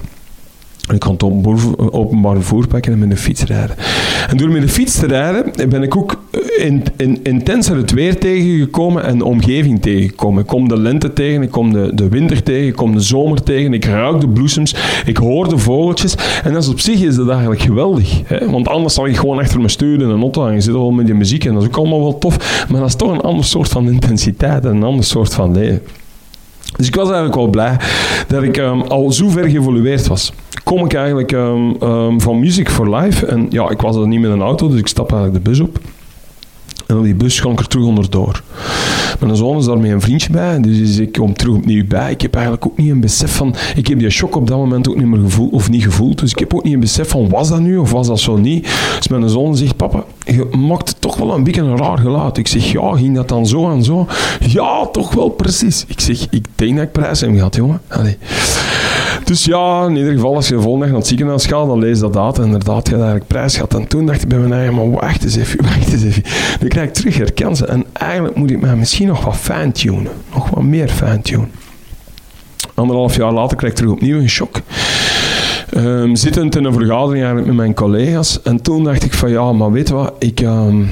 Ik kan het openbaar vervoer pakken en met de fiets rijden. En door met de fiets te rijden ben ik ook in, in, intenser het weer tegengekomen en de omgeving tegengekomen. Ik kom de lente tegen, ik kom de, de winter tegen, ik kom de zomer tegen, ik ruik de bloesems, ik hoor de vogeltjes. En dat is op zich is dat eigenlijk geweldig. Hè? Want anders zal ik gewoon achter me sturen in een auto en je zit al met die muziek en dat is ook allemaal wel tof. Maar dat is toch een ander soort van intensiteit en een ander soort van leven. Dus ik was eigenlijk wel blij dat ik um, al zo ver geëvolueerd was. Kom ik eigenlijk um, um, van Music for Life en ja, ik was er niet met een auto, dus ik stap eigenlijk de bus op. En op die bus ga ik er terug onderdoor. Mijn zoon is daar met een vriendje bij, dus ik kom terug opnieuw bij. Ik heb eigenlijk ook niet een besef van... Ik heb die shock op dat moment ook niet meer gevoeld, of niet gevoeld. Dus ik heb ook niet een besef van, was dat nu of was dat zo niet? Dus mijn zoon zegt, papa, je maakt toch wel een beetje een raar geluid. Ik zeg, ja, ging dat dan zo en zo? Ja, toch wel precies. Ik zeg, ik denk dat ik prijs heb gehad, jongen. Allee. Dus ja, in ieder geval, als je de volgende dag naar het ziekenhuis gaat, dan lees dat uit. En inderdaad, je had eigenlijk prijs gehad. En toen dacht ik bij mijn eigen, maar wacht eens even, wacht eens even. Nu krijg ik terug herkansen. En eigenlijk moet ik mij misschien nog wat fine-tunen. Nog wat meer fine-tunen. Anderhalf jaar later krijg ik terug opnieuw een shock. Um, zittend in een vergadering eigenlijk met mijn collega's. En toen dacht ik van, ja, maar weet je wat, ik, um,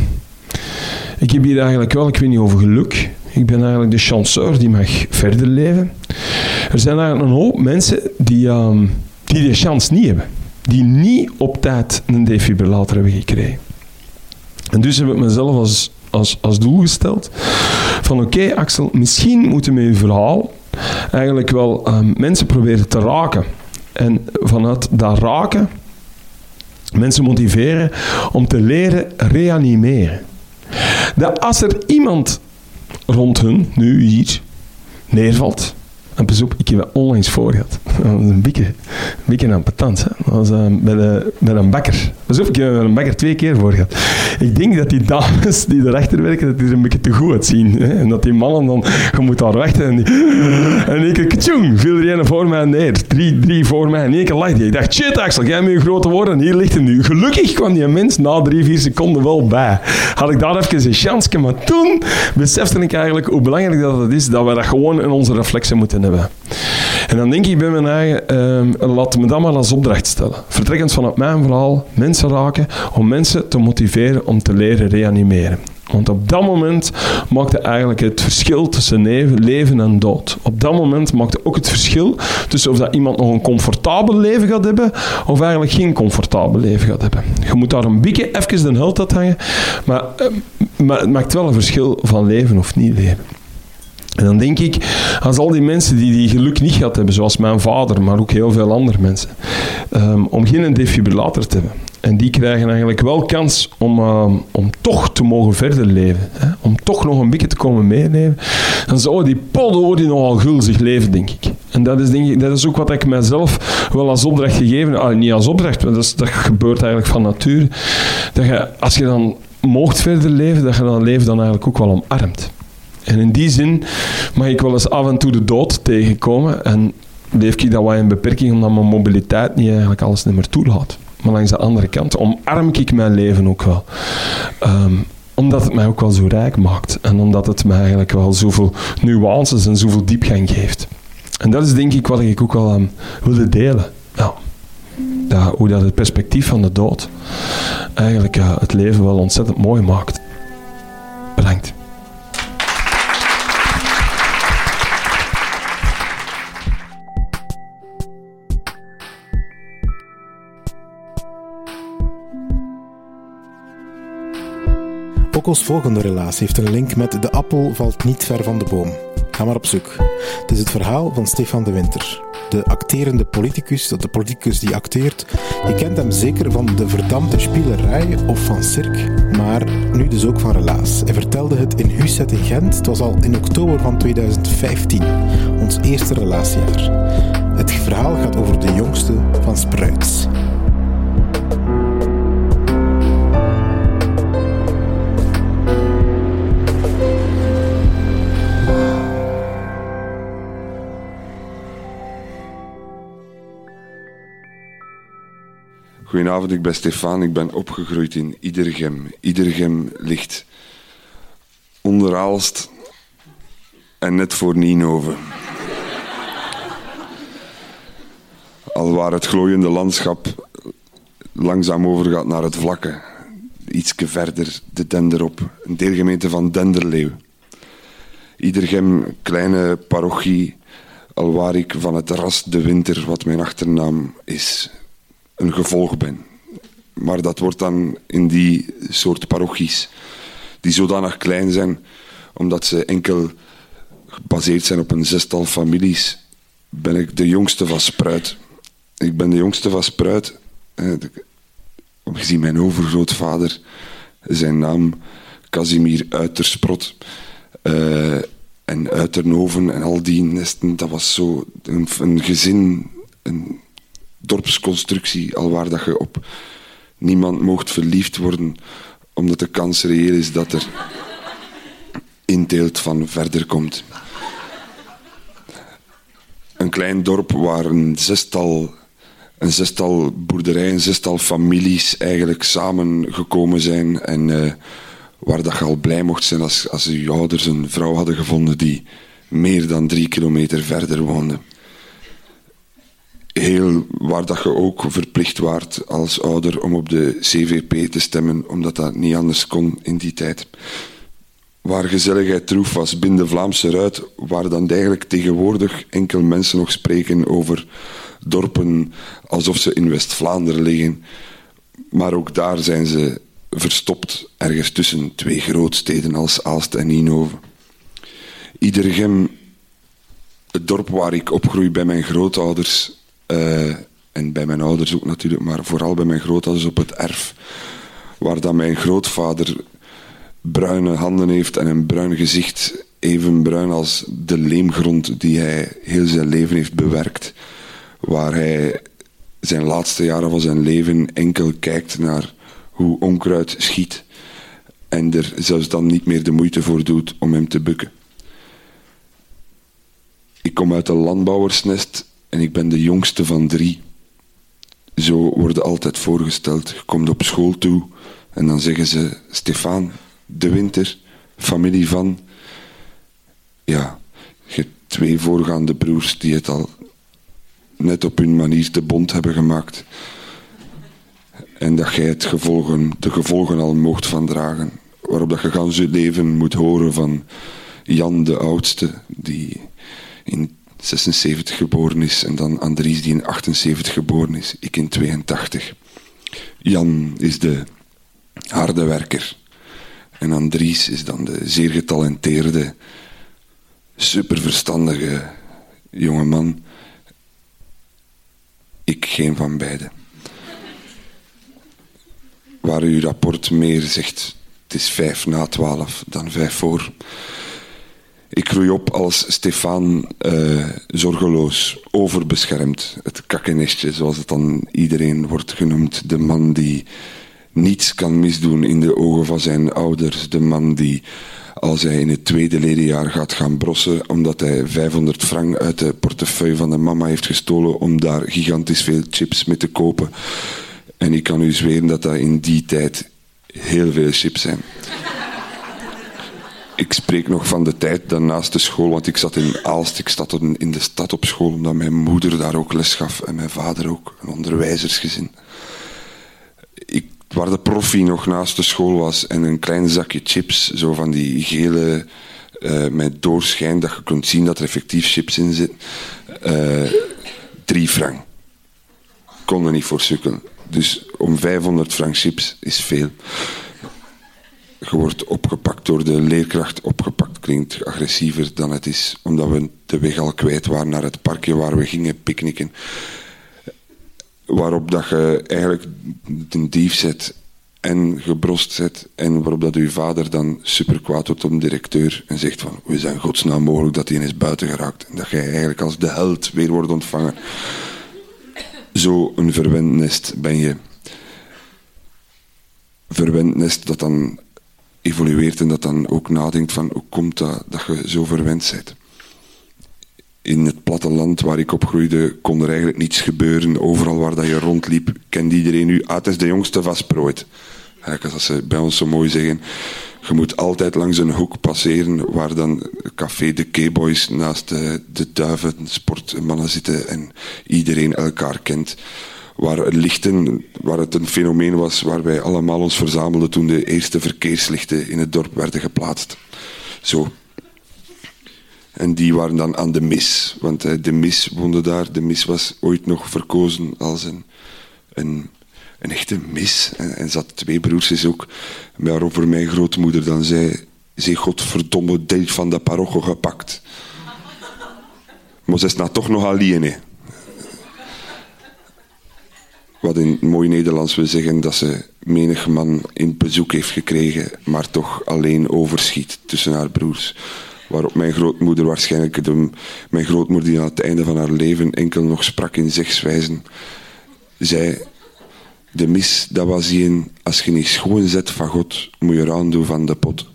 ik heb hier eigenlijk wel, ik weet niet over geluk. Ik ben eigenlijk de chanceur die mag verder leven. Er zijn eigenlijk een hoop mensen die, um, die die chance niet hebben. Die niet op tijd een defibrillator hebben gekregen. En dus heb ik mezelf als, als, als doel gesteld van oké, okay, Axel, misschien moeten we met je verhaal eigenlijk wel um, mensen proberen te raken. En vanuit dat raken mensen motiveren om te leren reanimeren. Dat als er iemand rond hun, nu hier, neervalt. En pas op, ik heb dat onlangs voor gehad. Dat was een beetje, een beetje ambetant. Hè? Dat was uh, bij, de, bij een bakker. Pas op, ik heb een bakker twee keer voor gehad. Ik denk dat die dames die erachter werken, dat die er een beetje te goed uitzien. Hè? En dat die mannen dan, je moet daar wachten. En, die, en in één keer, tjoeng, viel er een voor mij neer. Drie, drie voor mij. En in één keer lag die. Ik dacht, shit Axel, jij met je grote woorden. Hier ligt hij nu. Gelukkig kwam die mens na drie, vier seconden wel bij. Had ik daar even een chance. Maar toen besefte ik eigenlijk hoe belangrijk dat het is, dat we dat gewoon in onze reflexen moeten hebben. En dan denk ik bij mijn eigen, uh, laat me dat maar als opdracht stellen. Vertrekkend vanuit mijn verhaal, mensen raken, om mensen te motiveren om te leren reanimeren. Want op dat moment maakte eigenlijk het verschil tussen leven en dood. Op dat moment maakte ook het verschil tussen of dat iemand nog een comfortabel leven gaat hebben, of eigenlijk geen comfortabel leven gaat hebben. Je moet daar een beetje even de held uit hangen, maar, uh, maar het maakt wel een verschil van leven of niet leven. En dan denk ik, als al die mensen die die geluk niet gehad hebben, zoals mijn vader, maar ook heel veel andere mensen, um, om geen defibrillator te hebben. En die krijgen eigenlijk wel kans om, uh, om toch te mogen verder leven. Hè? Om toch nog een beetje te komen meeleven. Dan zou die polder die nogal gulzig leven, denk ik. En dat is, denk ik, dat is ook wat ik mijzelf wel als opdracht gegeven heb. Ah, niet als opdracht, maar dat, is, dat gebeurt eigenlijk van nature. Dat je, als je dan moogt verder leven, dat je dat leven dan eigenlijk ook wel omarmt. En in die zin mag ik wel eens af en toe de dood tegenkomen. En leef ik dat wat in beperking, omdat mijn mobiliteit niet eigenlijk alles niet meer toelaat. Maar langs de andere kant omarm ik mijn leven ook wel. Um, omdat het mij ook wel zo rijk maakt. En omdat het mij eigenlijk wel zoveel nuances en zoveel diepgang geeft. En dat is denk ik wat ik ook wel um, wilde delen. Ja. Dat, hoe dat het perspectief van de dood eigenlijk uh, het leven wel ontzettend mooi maakt. Bedankt. Ook ons volgende relatie heeft een link met De appel valt niet ver van de boom. Ga maar op zoek. Het is het verhaal van Stefan de Winter. De acterende politicus, de politicus die acteert. Je kent hem zeker van De verdampte spielerij of van Cirque, maar nu dus ook van Relaas. Hij vertelde het in Huset in Gent. Het was al in oktober van tweeduizend vijftien, ons eerste relatiejaar. Het verhaal gaat over de jongste van Spruits. Goedenavond, ik ben Stefan. Ik ben opgegroeid in Iedergem. Iedergem ligt onder Aalst en net voor Nienhoven. Alwaar het glooiende landschap langzaam overgaat naar het vlakke. Ietske verder de Denderop, een deelgemeente van Denderleeuw. Iedergem, kleine parochie, alwaar ik van het ras De Winter, wat mijn achternaam is, een gevolg ben. Maar dat wordt dan in die soort parochies, die zodanig klein zijn, omdat ze enkel gebaseerd zijn op een zestal families, ben ik de jongste van Spruit. Ik ben de jongste van Spruit, gezien mijn overgrootvader, zijn naam Casimir Uitersprot, uh, en Uiternoven en al die nesten, dat was zo een, een gezin, een dorpsconstructie, alwaar dat je op niemand moogt verliefd worden, omdat de kans reëel is dat er inteelt van verder komt. Een klein dorp waar een zestal, een zestal boerderijen, een zestal families eigenlijk samengekomen zijn en uh, waar dat je al blij mocht zijn als, als je ouders een vrouw hadden gevonden die meer dan drie kilometer verder woonde. Heel waar dat je ook verplicht waart als ouder om op de C V P te stemmen, omdat dat niet anders kon in die tijd. Waar gezelligheid troef was binnen de Vlaamse Ruit, waar dan eigenlijk tegenwoordig enkel mensen nog spreken over dorpen alsof ze in West-Vlaanderen liggen. Maar ook daar zijn ze verstopt ergens tussen twee grootsteden als Aalst en Ninove. Iedergem, het dorp waar ik opgroei bij mijn grootouders, uh, en bij mijn ouders ook natuurlijk, maar vooral bij mijn grootouders op het erf, waar dan mijn grootvader bruine handen heeft en een bruin gezicht, even bruin als de leemgrond die hij heel zijn leven heeft bewerkt, waar hij zijn laatste jaren van zijn leven enkel kijkt naar hoe onkruid schiet en er zelfs dan niet meer de moeite voor doet om hem te bukken. Ik kom uit een landbouwersnest en ik ben de jongste van drie. Zo worden altijd voorgesteld. Je komt op school toe en dan zeggen ze: Stefaan, De Winter, familie van... Ja, je hebt twee voorgaande broers die het al net op hun manier te bond hebben gemaakt. En dat jij het gevolgen, de gevolgen al moogt van dragen. Waarop dat je gans je leven moet horen van Jan de oudste, die in zesenzeventig geboren is, en dan Andries die in achtenzeventig geboren is, ik in tweeëntachtig. Jan is de harde werker en Andries is dan de zeer getalenteerde, superverstandige jonge man. Ik geen van beiden. Waar uw rapport meer zegt, het is vijf na twaalf dan vijf voor. Ik groei op als Stefaan, uh, zorgeloos, overbeschermd. Het kakkenestje, zoals het dan iedereen wordt genoemd. De man die niets kan misdoen in de ogen van zijn ouders. De man die, als hij in het tweede ledenjaar gaat gaan brossen, omdat hij vijfhonderd frank uit de portefeuille van de mama heeft gestolen om daar gigantisch veel chips mee te kopen. En ik kan u zweren dat dat in die tijd heel veel chips zijn. Ik spreek nog van de tijd daarnaast de school, want ik zat in Aalst, ik zat in de stad op school, omdat mijn moeder daar ook les gaf en mijn vader ook, een onderwijzersgezin. Ik, waar de proffie nog naast de school was en een klein zakje chips, zo van die gele, uh, met doorschijn, dat je kunt zien dat er effectief chips in zitten, uh, drie frank. Kon er niet voor sukkelen. Dus om vijfhonderd frank chips is veel. Je wordt opgepakt door de leerkracht. Opgepakt klinkt agressiever dan het is, omdat we de weg al kwijt waren naar het parkje waar we gingen picknicken. Waarop dat je eigenlijk een dief zet en gebrost zet, en waarop dat uw vader dan super kwaad wordt op de directeur en zegt van: we zijn godsnaam mogelijk dat hij is buiten geraakt. En dat jij eigenlijk als de held weer wordt ontvangen. Zo een verwend nest ben je. Verwend nest dat dan evolueert en dat dan ook nadenkt van: hoe komt dat dat je zo verwend bent? In het platteland waar ik opgroeide kon er eigenlijk niets gebeuren. Overal waar dat je rondliep kende iedereen u. Ah, het is de jongste van Sprooit. Als ze bij ons zo mooi zeggen, je moet altijd langs een hoek passeren waar dan café de K-boys naast de, de duiven, sportmannen zitten en iedereen elkaar kent. Waar lichten, waar het een fenomeen was waar wij allemaal ons verzamelden toen de eerste verkeerslichten in het dorp werden geplaatst. Zo. En die waren dan aan de mis, want de mis woonde daar. De mis was ooit nog verkozen als een, een, een echte mis. En, en zat twee broers ook. Waarover mijn grootmoeder dan zei: "Zij godverdomme deel van de parochie gepakt." Maar ze is nou toch nog alleen, hè. Wat in mooi Nederlands wil zeggen dat ze menig man in bezoek heeft gekregen, maar toch alleen overschiet tussen haar broers. Waarop mijn grootmoeder waarschijnlijk, de, mijn grootmoeder die aan het einde van haar leven enkel nog sprak in zegswijzen, zei: "De mis, dat was een, als je niet schoon zet van God, moet je eraan doen van de pot."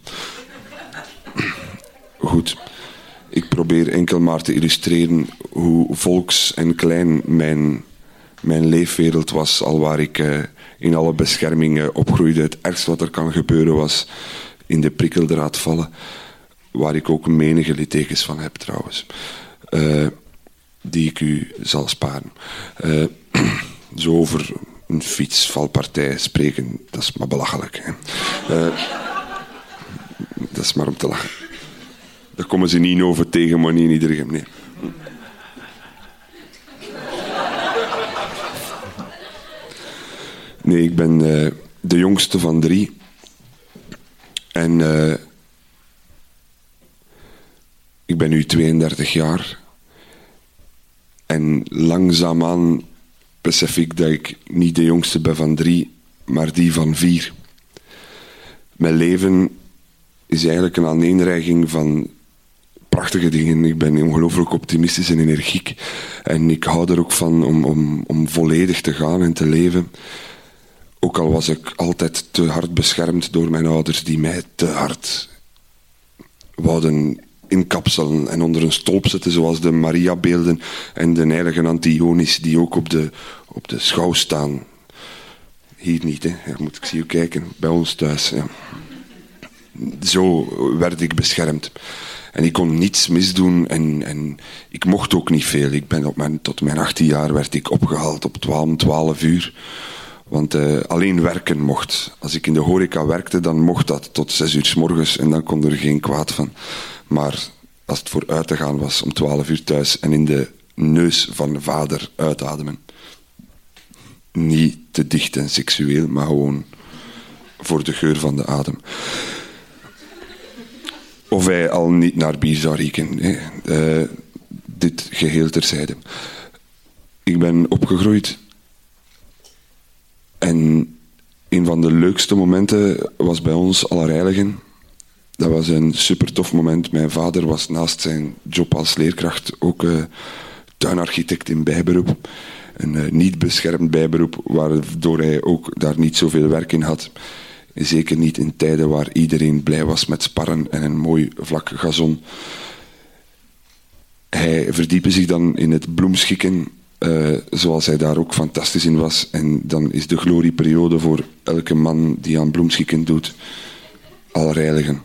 Goed, ik probeer enkel maar te illustreren hoe volks en klein mijn, mijn leefwereld was, alwaar ik uh, in alle beschermingen opgroeide. Het ergste wat er kan gebeuren was in de prikkeldraad vallen. Waar ik ook menige littekens van heb trouwens. Uh, die ik u zal sparen. Uh, zo over een fietsvalpartij spreken, dat is maar belachelijk. Hè. Uh, dat is maar om te lachen. Daar komen ze niet over tegen, maar niet in iedereen. Nee. Nee, ik ben... Uh, de jongste van drie. En uh, ik ben nu tweeëndertig jaar. En langzaamaan besef ik dat ik niet de jongste ben van drie, maar die van vier. Mijn leven is eigenlijk een aaneenreiging van prachtige dingen. Ik ben ongelooflijk optimistisch en energiek. En ik hou er ook van om, om, om volledig te gaan en te leven. Ook al was ik altijd te hard beschermd door mijn ouders, die mij te hard wouden inkapselen en onder een stolp zetten, zoals de Maria-beelden en de heilige Antionis, die ook op de, op de schouw staan. Hier niet, hè. Ja, moet ik zie u kijken, bij ons thuis. Ja. Zo werd ik beschermd. En ik kon niets misdoen en, en ik mocht ook niet veel. Ik ben op mijn, tot mijn achttien jaar werd ik opgehaald op twaalf, twaalf uur. Want uh, alleen werken mocht. Als ik in de horeca werkte, dan mocht dat tot zes uur 's morgens en dan kon er geen kwaad van. Maar als het voor uit te gaan was, om twaalf uur thuis en in de neus van de vader uitademen. Niet te dicht en seksueel, maar gewoon voor de geur van de adem. Of hij al niet naar bier zou rieken. Uh, dit geheel terzijde. Ik ben opgegroeid. En een van de leukste momenten was bij ons Allerheiligen. Dat was een super tof moment. Mijn vader was naast zijn job als leerkracht ook uh, tuinarchitect in bijberoep. Een uh, niet beschermd bijberoep, waardoor hij ook daar niet zoveel werk in had. Zeker niet in tijden waar iedereen blij was met sparren en een mooi vlak gazon. Hij verdiepte zich dan in het bloemschikken, uh, zoals hij daar ook fantastisch in was. En dan is de glorieperiode voor elke man die aan bloemschikken doet, Allerheiligen.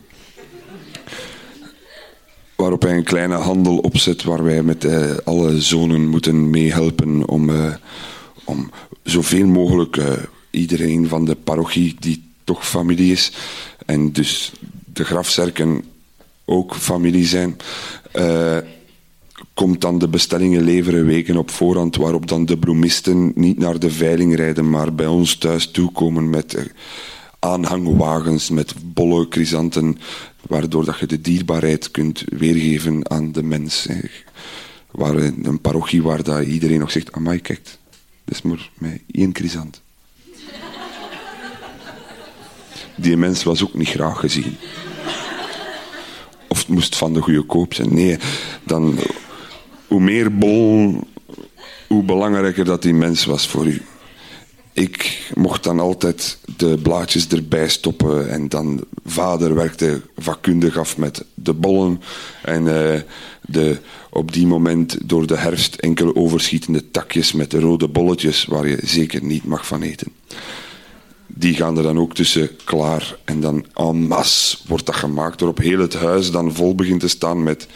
Waarop hij een kleine handel opzet waar wij met uh, alle zonen moeten meehelpen om, uh, om zoveel mogelijk uh, iedereen van de parochie die toch familie is en dus de grafzerken ook familie zijn, uh, komt dan de bestellingen leveren weken op voorhand, waarop dan de bloemisten niet naar de veiling rijden, maar bij ons thuis toekomen met uh, aanhangwagens, met bolle chrysanten, waardoor dat je de dierbaarheid kunt weergeven aan de mens. Hè. Waar een parochie waar dat iedereen nog zegt, amai, kijk, dat is maar met één chrysant. Die mens was ook niet graag gezien. Of het moest van de goede koop zijn. Nee, dan, hoe meer bol, hoe belangrijker dat die mens was voor u. Ik mocht dan altijd de blaadjes erbij stoppen en dan vader werkte vakkundig af met de bollen en uh, de op die moment door de herfst enkele overschietende takjes met de rode bolletjes waar je zeker niet mag van eten. Die gaan er dan ook tussen klaar en dan en masse wordt dat gemaakt, waarop heel het huis dan vol begint te staan met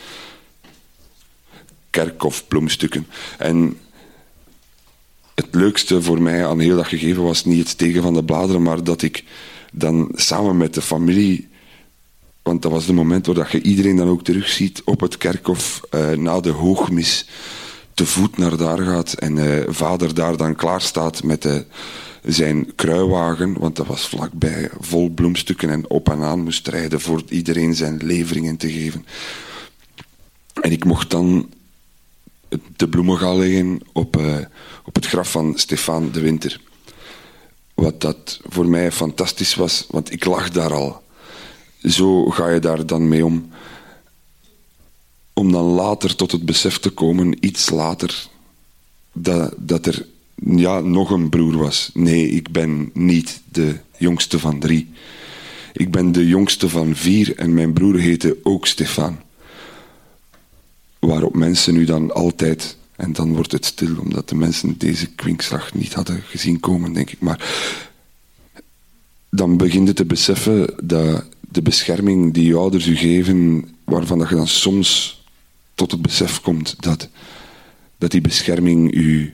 kerkhofbloemstukken. En het leukste voor mij aan heel dat gegeven was niet het steken van de bladeren, maar dat ik dan samen met de familie, want dat was het moment waar dat je iedereen dan ook terugziet op het kerkhof uh, na de hoogmis, te voet naar daar gaat en uh, vader daar dan klaar staat met de zijn kruiwagen, want dat was vlakbij, vol bloemstukken en op en aan moest rijden voor iedereen zijn leveringen te geven. En ik mocht dan de bloemen gaan leggen op, uh, op het graf van Stefaan de Winter. Wat dat voor mij fantastisch was, want ik lag daar al. Zo ga je daar dan mee om. Om dan later tot het besef te komen, iets later, dat, dat er ja, nog een broer was. Nee, ik ben niet de jongste van drie. Ik ben de jongste van vier en mijn broer heette ook Stefaan. Waarop mensen nu dan altijd, en dan wordt het stil, omdat de mensen deze kwinkslag niet hadden gezien komen, denk ik. Maar dan begin je te beseffen dat de bescherming die je ouders u geven, waarvan dat je dan soms tot het besef komt dat, dat die bescherming u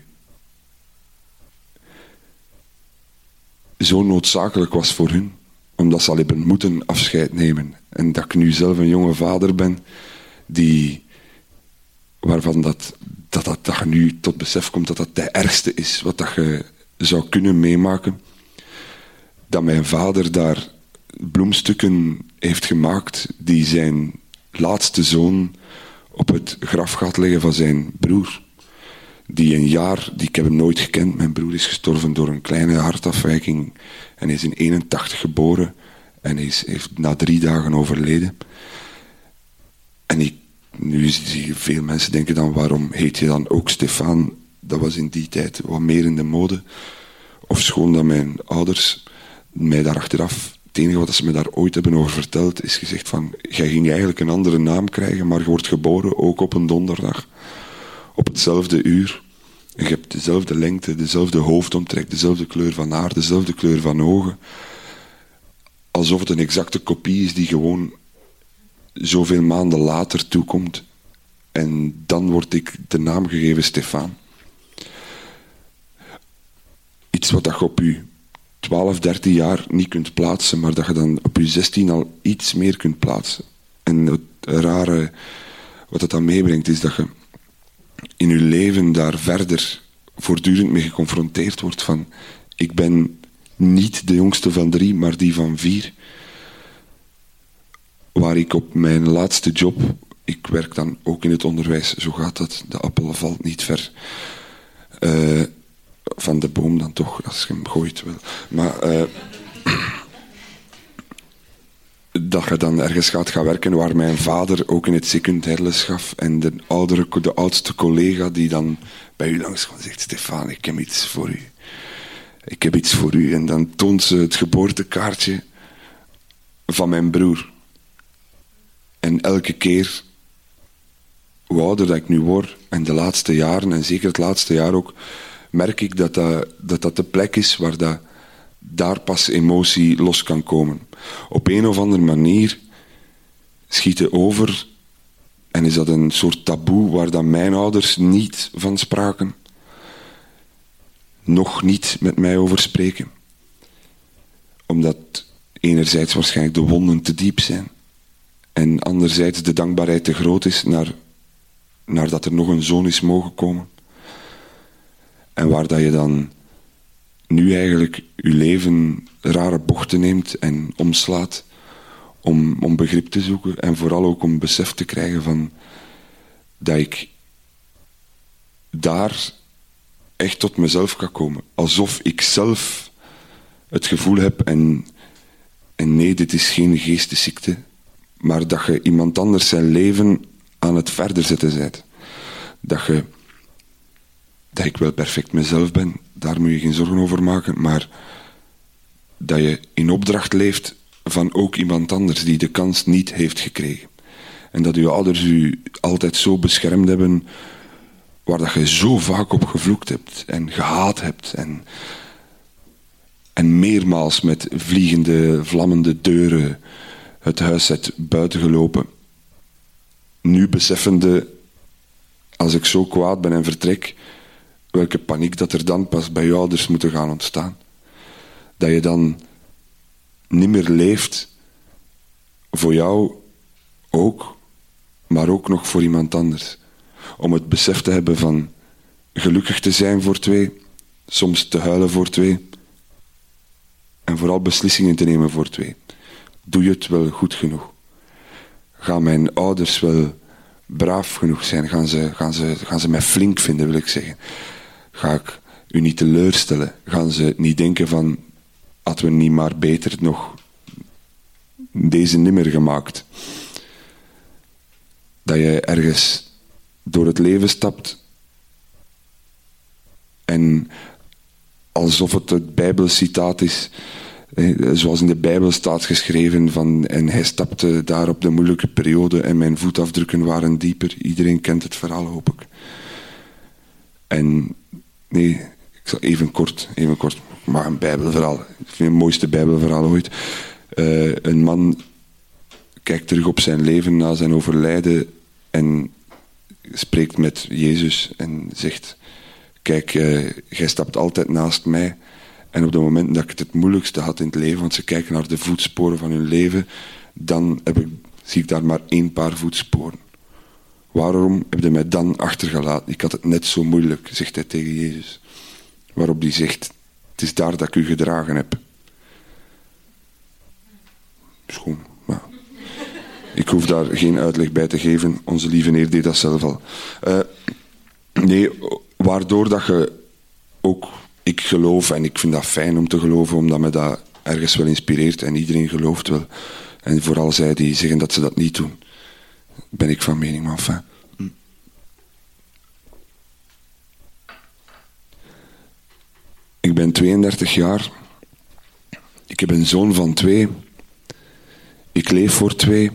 zo noodzakelijk was voor hun, omdat ze al hebben moeten afscheid nemen. En dat ik nu zelf een jonge vader ben, die, waarvan dat, dat, dat, dat je nu tot besef komt dat dat het ergste is wat dat je zou kunnen meemaken. dat mijn vader daar bloemstukken heeft gemaakt die zijn laatste zoon op het graf gaat leggen van zijn broer. Die een jaar, die ik heb hem nooit gekend, mijn broer is gestorven door een kleine hartafwijking en is in eenentachtig geboren en hij is, heeft na drie dagen overleden. En ik, nu zie je veel mensen denken dan, waarom heet je dan ook Stefaan? Dat was in die tijd wat meer in de mode. Of schoon dat mijn ouders mij daar achteraf, het enige wat ze me daar ooit hebben over verteld, is gezegd van, jij ging eigenlijk een andere naam krijgen, maar je wordt geboren ook op een donderdag. Op hetzelfde uur. En je hebt dezelfde lengte, dezelfde hoofdomtrek, dezelfde kleur van haar, dezelfde kleur van ogen. Alsof het een exacte kopie is die gewoon zoveel maanden later toekomt. En dan word ik de naam gegeven Stefaan. Iets wat je op je twaalf, dertien jaar niet kunt plaatsen, maar dat je dan op je zestien al iets meer kunt plaatsen. En het rare wat het dan meebrengt is dat je in je leven daar verder voortdurend mee geconfronteerd wordt van, ik ben niet de jongste van drie, maar die van vier. Waar ik op mijn laatste job, ik werk dan ook in het onderwijs, zo gaat dat, de appel valt niet ver uh, van de boom dan toch, als je hem gooit wel. Maar uh, dat je dan ergens gaat gaan werken waar mijn vader ook in het secundair les gaf en de, oudere, de oudste collega die dan bij u langs komt en zegt, Stefaan, ik heb iets voor u. Ik heb iets voor u. En dan toont ze het geboortekaartje van mijn broer. En elke keer, hoe ouder dat ik nu word, en de laatste jaren, en zeker het laatste jaar ook, merk ik dat dat, dat, dat de plek is waar dat, daar pas emotie los kan komen. Op een of andere manier schieten over en is dat een soort taboe waar dan mijn ouders niet van spraken. Nog niet met mij over spreken. Omdat enerzijds waarschijnlijk de wonden te diep zijn en anderzijds de dankbaarheid te groot is naar, naar dat er nog een zoon is mogen komen. En waar dat je dan nu eigenlijk je leven rare bochten neemt en omslaat om, om begrip te zoeken en vooral ook om besef te krijgen van dat ik daar echt tot mezelf kan komen. Alsof ik zelf het gevoel heb en, en nee, dit is geen geestesziekte, maar dat je iemand anders zijn leven aan het verder zetten bent. Dat je dat ik wel perfect mezelf ben, daar moet je geen zorgen over maken, maar dat je in opdracht leeft van ook iemand anders die de kans niet heeft gekregen. En dat uw ouders u altijd zo beschermd hebben, waar dat je zo vaak op gevloekt hebt en gehaat hebt en, en meermaals met vliegende, vlammende deuren het huis hebt buitengelopen. Nu beseffende, als ik zo kwaad ben en vertrek, welke paniek dat er dan pas bij je ouders moet gaan ontstaan. Dat je dan niet meer leeft voor jou ook, maar ook nog voor iemand anders. Om het besef te hebben van gelukkig te zijn voor twee, soms te huilen voor twee en vooral beslissingen te nemen voor twee. Doe je het wel goed genoeg? Gaan mijn ouders wel braaf genoeg zijn? Gaan ze, gaan ze, gaan ze mij flink vinden, wil ik zeggen? Ga ik u niet teleurstellen? Gaan ze niet denken van, hadden we niet maar beter nog deze nimmer gemaakt? Dat je ergens door het leven stapt en alsof het het Bijbelcitaat is, zoals in de Bijbel staat geschreven van, en hij stapte daar op de moeilijke periode en mijn voetafdrukken waren dieper. Iedereen kent het verhaal, hoop ik. En nee, ik zal even kort, even kort, maar een Bijbelverhaal. Ik vind het mooiste Bijbelverhaal ooit. Uh, een man kijkt terug op zijn leven na zijn overlijden en spreekt met Jezus en zegt, kijk, uh, jij stapt altijd naast mij. En op het moment dat ik het het moeilijkste had in het leven, want ze kijken naar de voetsporen van hun leven, dan heb ik, zie ik daar maar één paar voetsporen. Waarom heb je mij dan achtergelaten? Ik had het net zo moeilijk, zegt hij tegen Jezus. Waarop hij zegt, het is daar dat ik u gedragen heb. Schoon, ja. Ik hoef daar geen uitleg bij te geven. Onze lieve Heer deed dat zelf al. Uh, nee, waardoor dat je ook... Ik geloof, en ik vind dat fijn om te geloven, omdat me dat ergens wel inspireert. En iedereen gelooft wel. En vooral zij die zeggen dat ze dat niet doen. Ben ik van mening, maar enfin... Ik ben tweeëndertig jaar. Ik heb een zoon van twee. Ik leef voor twee.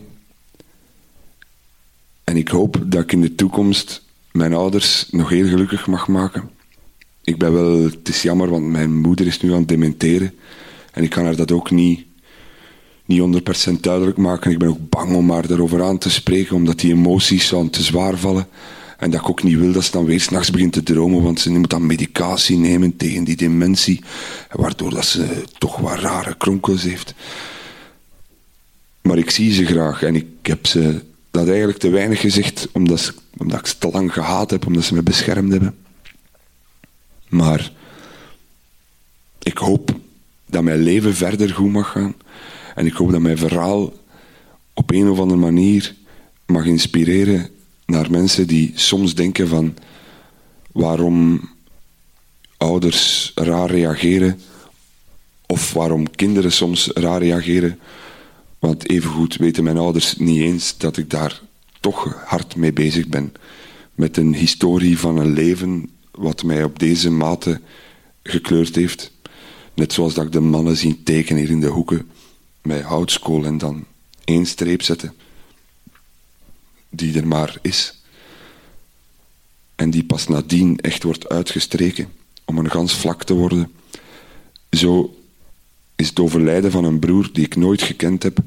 En ik hoop dat ik in de toekomst mijn ouders nog heel gelukkig mag maken. Ik ben wel... Het is jammer, want mijn moeder is nu aan het dementeren. En ik kan haar dat ook niet, niet honderd procent duidelijk maken. Ik ben ook bang om haar daarover aan te spreken, omdat die emoties zouden te zwaar vallen. En dat ik ook niet wil dat ze dan weer 's nachts begint te dromen, want ze moet dan medicatie nemen tegen die dementie, waardoor dat ze toch wat rare kronkels heeft. Maar ik zie ze graag en ik heb ze dat eigenlijk te weinig gezegd, omdat, ze, omdat ik ze te lang gehaat heb, omdat ze me beschermd hebben. Maar ik hoop dat mijn leven verder goed mag gaan en ik hoop dat mijn verhaal op een of andere manier mag inspireren naar mensen die soms denken van waarom ouders raar reageren of waarom kinderen soms raar reageren. Want evengoed weten mijn ouders niet eens dat ik daar toch hard mee bezig ben. Met een historie van een leven wat mij op deze mate gekleurd heeft. Net zoals dat ik de mannen zie tekenen hier in de hoeken met houtskool en dan één streep zetten. Die er maar is. En die pas nadien echt wordt uitgestreken om een gans vlak te worden. Zo is het overlijden van een broer die ik nooit gekend heb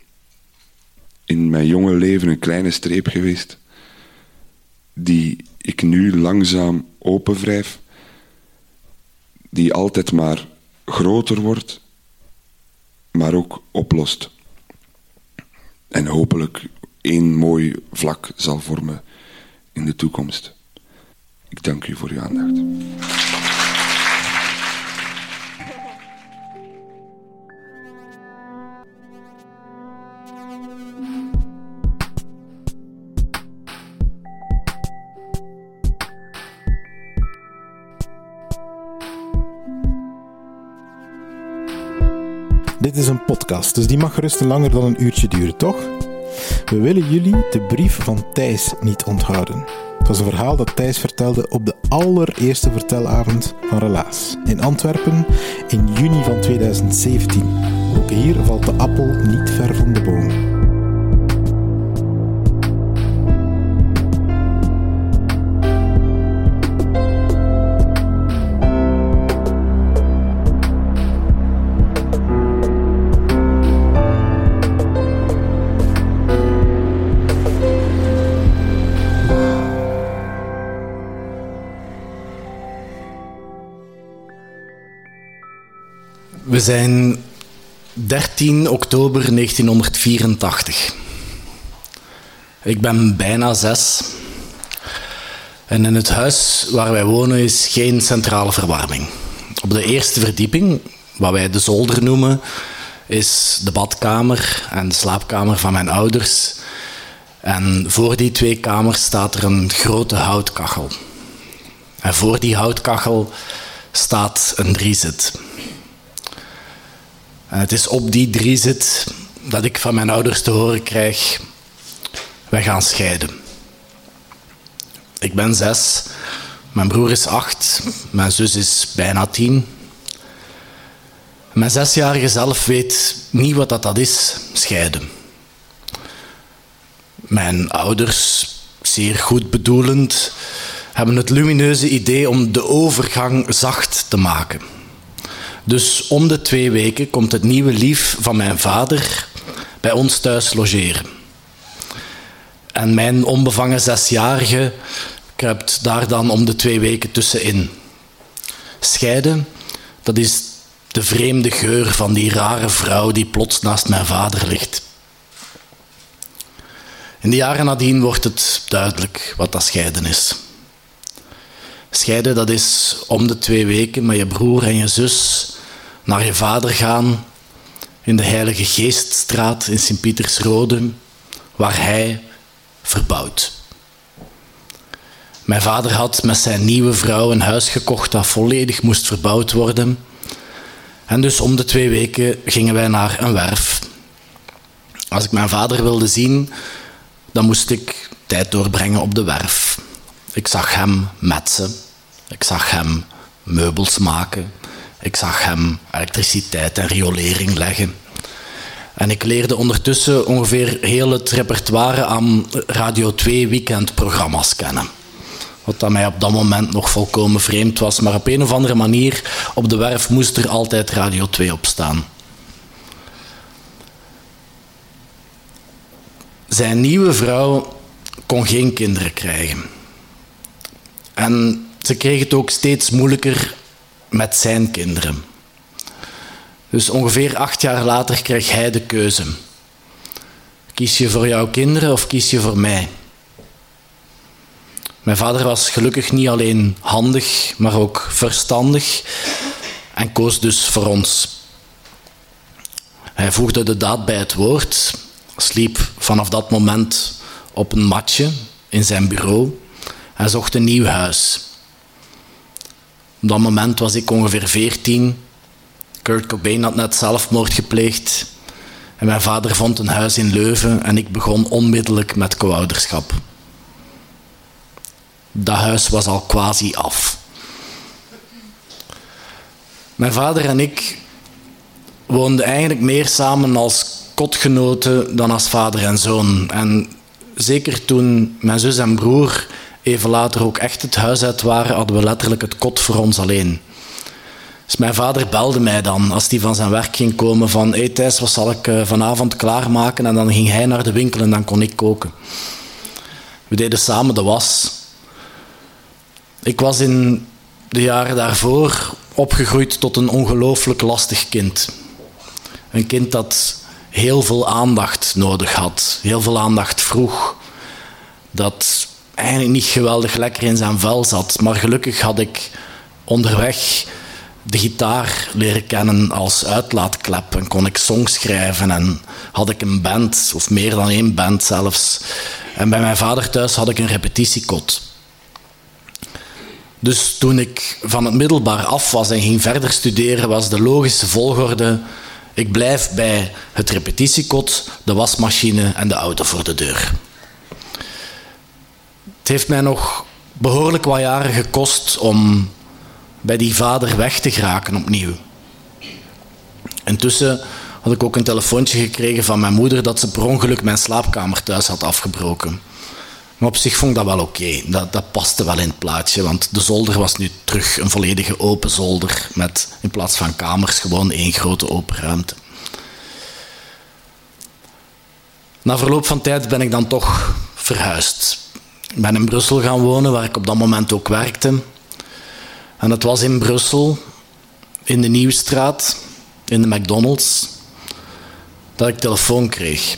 in mijn jonge leven een kleine streep geweest die ik nu langzaam openwrijf, die altijd maar groter wordt, maar ook oplost. En hopelijk één mooi vlak zal vormen in de toekomst. Ik dank u voor uw aandacht. Dit is een podcast, dus die mag gerust langer dan een uurtje duren, toch? We willen jullie de brief van Thijs niet onthouden. Het was een verhaal dat Thijs vertelde op de allereerste vertelavond van Relaas in Antwerpen in juni van tweeduizend zeventien. Ook hier valt de appel niet ver van de boom. We zijn dertien oktober negentienhonderdvierentachtig. Ik ben bijna zes. En in het huis waar wij wonen is geen centrale verwarming. Op de eerste verdieping, wat wij de zolder noemen, is de badkamer en de slaapkamer van mijn ouders. En voor die twee kamers staat er een grote houtkachel. En voor die houtkachel staat een driezit. En het is op die driezit dat ik van mijn ouders te horen krijg: wij gaan scheiden. Ik ben zes, mijn broer is acht, mijn zus is bijna tien. Mijn zesjarige zelf weet niet wat dat, dat is, scheiden. Mijn ouders, zeer goed bedoelend, hebben het lumineuze idee om de overgang zacht te maken. Dus om de twee weken komt het nieuwe lief van mijn vader bij ons thuis logeren. En mijn onbevangen zesjarige kruipt daar dan om de twee weken tussenin. Scheiden, dat is de vreemde geur van die rare vrouw die plots naast mijn vader ligt. In de jaren nadien wordt het duidelijk wat dat scheiden is. Scheiden, dat is om de twee weken met je broer en je zus naar je vader gaan, in de Heilige Geeststraat in Sint-Pietersrode, waar hij verbouwt. Mijn vader had met zijn nieuwe vrouw een huis gekocht dat volledig moest verbouwd worden. En dus om de twee weken gingen wij naar een werf. Als ik mijn vader wilde zien, dan moest ik tijd doorbrengen op de werf. Ik zag hem metsen. Ik zag hem meubels maken. Ik zag hem elektriciteit en riolering leggen. En ik leerde ondertussen ongeveer heel het repertoire aan Radio twee weekendprogramma's kennen. Wat dat mij op dat moment nog volkomen vreemd was. Maar op een of andere manier, op de werf moest er altijd Radio twee op staan. Zijn nieuwe vrouw kon geen kinderen krijgen. En ze kreeg het ook steeds moeilijker met zijn kinderen. Dus ongeveer acht jaar later kreeg hij de keuze. Kies je voor jouw kinderen of kies je voor mij? Mijn vader was gelukkig niet alleen handig, maar ook verstandig en koos dus voor ons. Hij voegde de daad bij het woord, sliep vanaf dat moment op een matje in zijn bureau en zocht een nieuw huis. Op dat moment was ik ongeveer veertien. Kurt Cobain had net zelfmoord gepleegd. En mijn vader vond een huis in Leuven en ik begon onmiddellijk met co-ouderschap. Dat huis was al quasi af. Mijn vader en ik woonden eigenlijk meer samen als kotgenoten dan als vader en zoon. En zeker toen mijn zus en broer even later ook echt het huis uit waren, hadden we letterlijk het kot voor ons alleen. Dus mijn vader belde mij dan, als hij van zijn werk ging komen, van hey Thijs, wat zal ik vanavond klaarmaken? En dan ging hij naar de winkel en dan kon ik koken. We deden samen de was. Ik was in de jaren daarvoor opgegroeid tot een ongelooflijk lastig kind. Een kind dat heel veel aandacht nodig had, heel veel aandacht vroeg. Dat eigenlijk niet geweldig lekker in zijn vel zat, maar gelukkig had ik onderweg de gitaar leren kennen als uitlaatklep en kon ik songs schrijven en had ik een band, of meer dan één band zelfs. En bij mijn vader thuis had ik een repetitiekot. Dus toen ik van het middelbaar af was en ging verder studeren, was de logische volgorde: ik blijf bij het repetitiekot, de wasmachine en de auto voor de deur. Het heeft mij nog behoorlijk wat jaren gekost om bij die vader weg te geraken opnieuw. Intussen had ik ook een telefoontje gekregen van mijn moeder dat ze per ongeluk mijn slaapkamer thuis had afgebroken. Maar op zich vond ik dat wel oké. Okay. Dat, dat paste wel in het plaatje, want de zolder was nu terug een volledige open zolder met in plaats van kamers gewoon één grote open ruimte. Na verloop van tijd ben ik dan toch verhuisd. Ik ben in Brussel gaan wonen, waar ik op dat moment ook werkte. En het was in Brussel, in de Nieuwstraat, in de McDonald's, dat ik telefoon kreeg.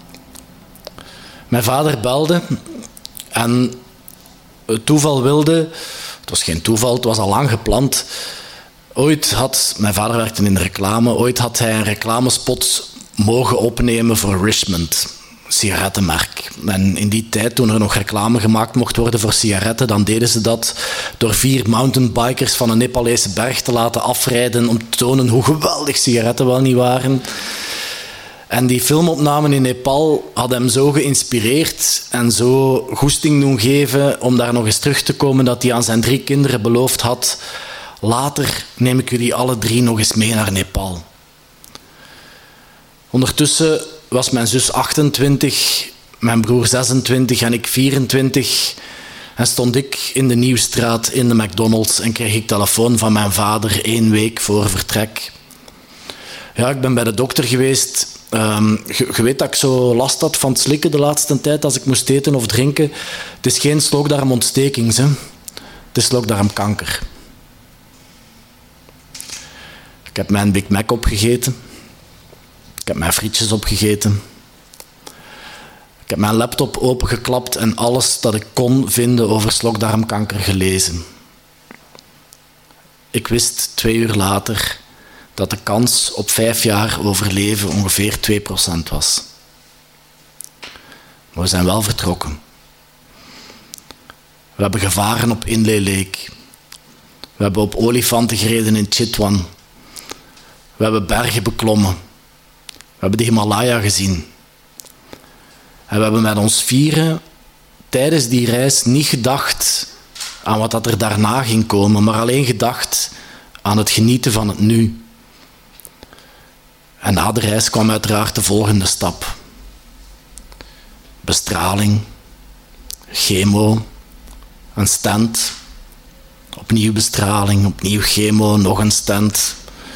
Mijn vader belde en het toeval wilde, het was geen toeval, het was al lang gepland. Ooit had, mijn vader werkte in de reclame, ooit had hij een reclamespot mogen opnemen voor Richmond, sigarettenmerk. En in die tijd, toen er nog reclame gemaakt mocht worden voor sigaretten, dan deden ze dat door vier mountainbikers van een Nepalese berg te laten afrijden om te tonen hoe geweldig sigaretten wel niet waren. En die filmopnamen in Nepal hadden hem zo geïnspireerd en zo goesting doen geven om daar nog eens terug te komen, dat hij aan zijn drie kinderen beloofd had: later neem ik jullie alle drie nog eens mee naar Nepal. Ondertussen was mijn zus achtentwintig, mijn broer zesentwintig en ik vierentwintig. En stond ik in de Nieuwstraat in de McDonald's en kreeg ik telefoon van mijn vader één week voor vertrek. Ja, ik ben bij de dokter geweest. Um, je, je weet dat ik zo last had van het slikken de laatste tijd als ik moest eten of drinken. Het is geen slokdarmontsteking, hè. Het is slokdarmkanker. Ik heb mijn Big Mac opgegeten. Ik heb mijn frietjes opgegeten. Ik heb mijn laptop opengeklapt en alles dat ik kon vinden over slokdarmkanker gelezen. Ik wist twee uur later dat de kans op vijf jaar overleven ongeveer twee procent was. Maar we zijn wel vertrokken. We hebben gevaren op Inle Lake. We hebben op olifanten gereden in Chitwan. We hebben bergen beklommen. We hebben de Himalaya gezien. En we hebben met ons vieren tijdens die reis niet gedacht aan wat dat er daarna ging komen, maar alleen gedacht aan het genieten van het nu. En na de reis kwam uiteraard de volgende stap. Bestraling, chemo, een stent, opnieuw bestraling, opnieuw chemo, nog een stent.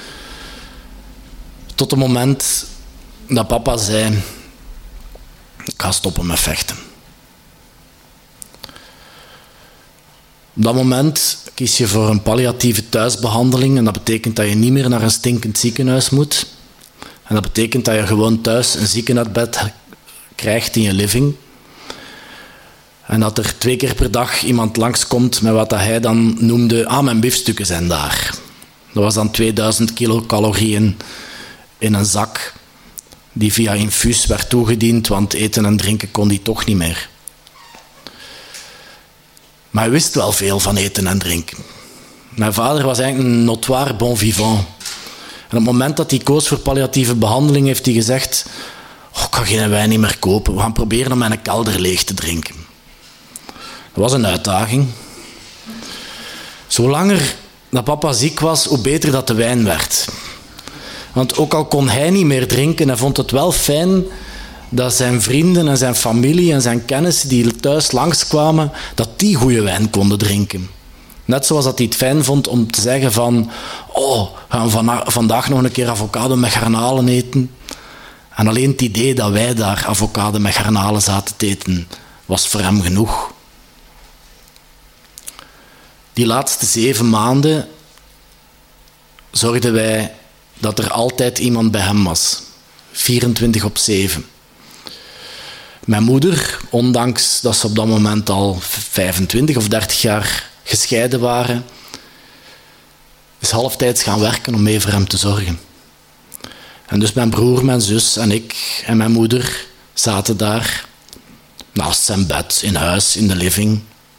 Tot het moment dat papa zei, ik ga stoppen met vechten. Op dat moment kies je voor een palliatieve thuisbehandeling en dat betekent dat je niet meer naar een stinkend ziekenhuis moet. En dat betekent dat je gewoon thuis een ziekenhuisbed krijgt in je living. En dat er twee keer per dag iemand langskomt met wat hij dan noemde, ah, mijn biefstukken zijn daar. Dat was dan tweeduizend kilocalorieën in een zak die via infuus werd toegediend, want eten en drinken kon hij toch niet meer. Maar hij wist wel veel van eten en drinken. Mijn vader was eigenlijk een notoire bon vivant. En op het moment dat hij koos voor palliatieve behandeling, heeft hij gezegd, oh, ik ga geen wijn niet meer kopen, we gaan proberen om mijn kelder leeg te drinken. Dat was een uitdaging. Zo langer dat papa ziek was, hoe beter dat de wijn werd. Want ook al kon hij niet meer drinken, hij vond het wel fijn dat zijn vrienden en zijn familie en zijn kennissen die thuis langskwamen, dat die goede wijn konden drinken. Net zoals dat hij het fijn vond om te zeggen van, oh, gaan we vana- vandaag nog een keer avocado met garnalen eten. En alleen het idee dat wij daar avocado met garnalen zaten te eten, was voor hem genoeg. Die laatste zeven maanden zorgden wij dat er altijd iemand bij hem was. vierentwintig op zeven. Mijn moeder, ondanks dat ze op dat moment al vijfentwintig of dertig jaar gescheiden waren, is halftijds gaan werken om mee voor hem te zorgen. En dus mijn broer, mijn zus en ik en mijn moeder zaten daar naast zijn bed, in huis, in de living.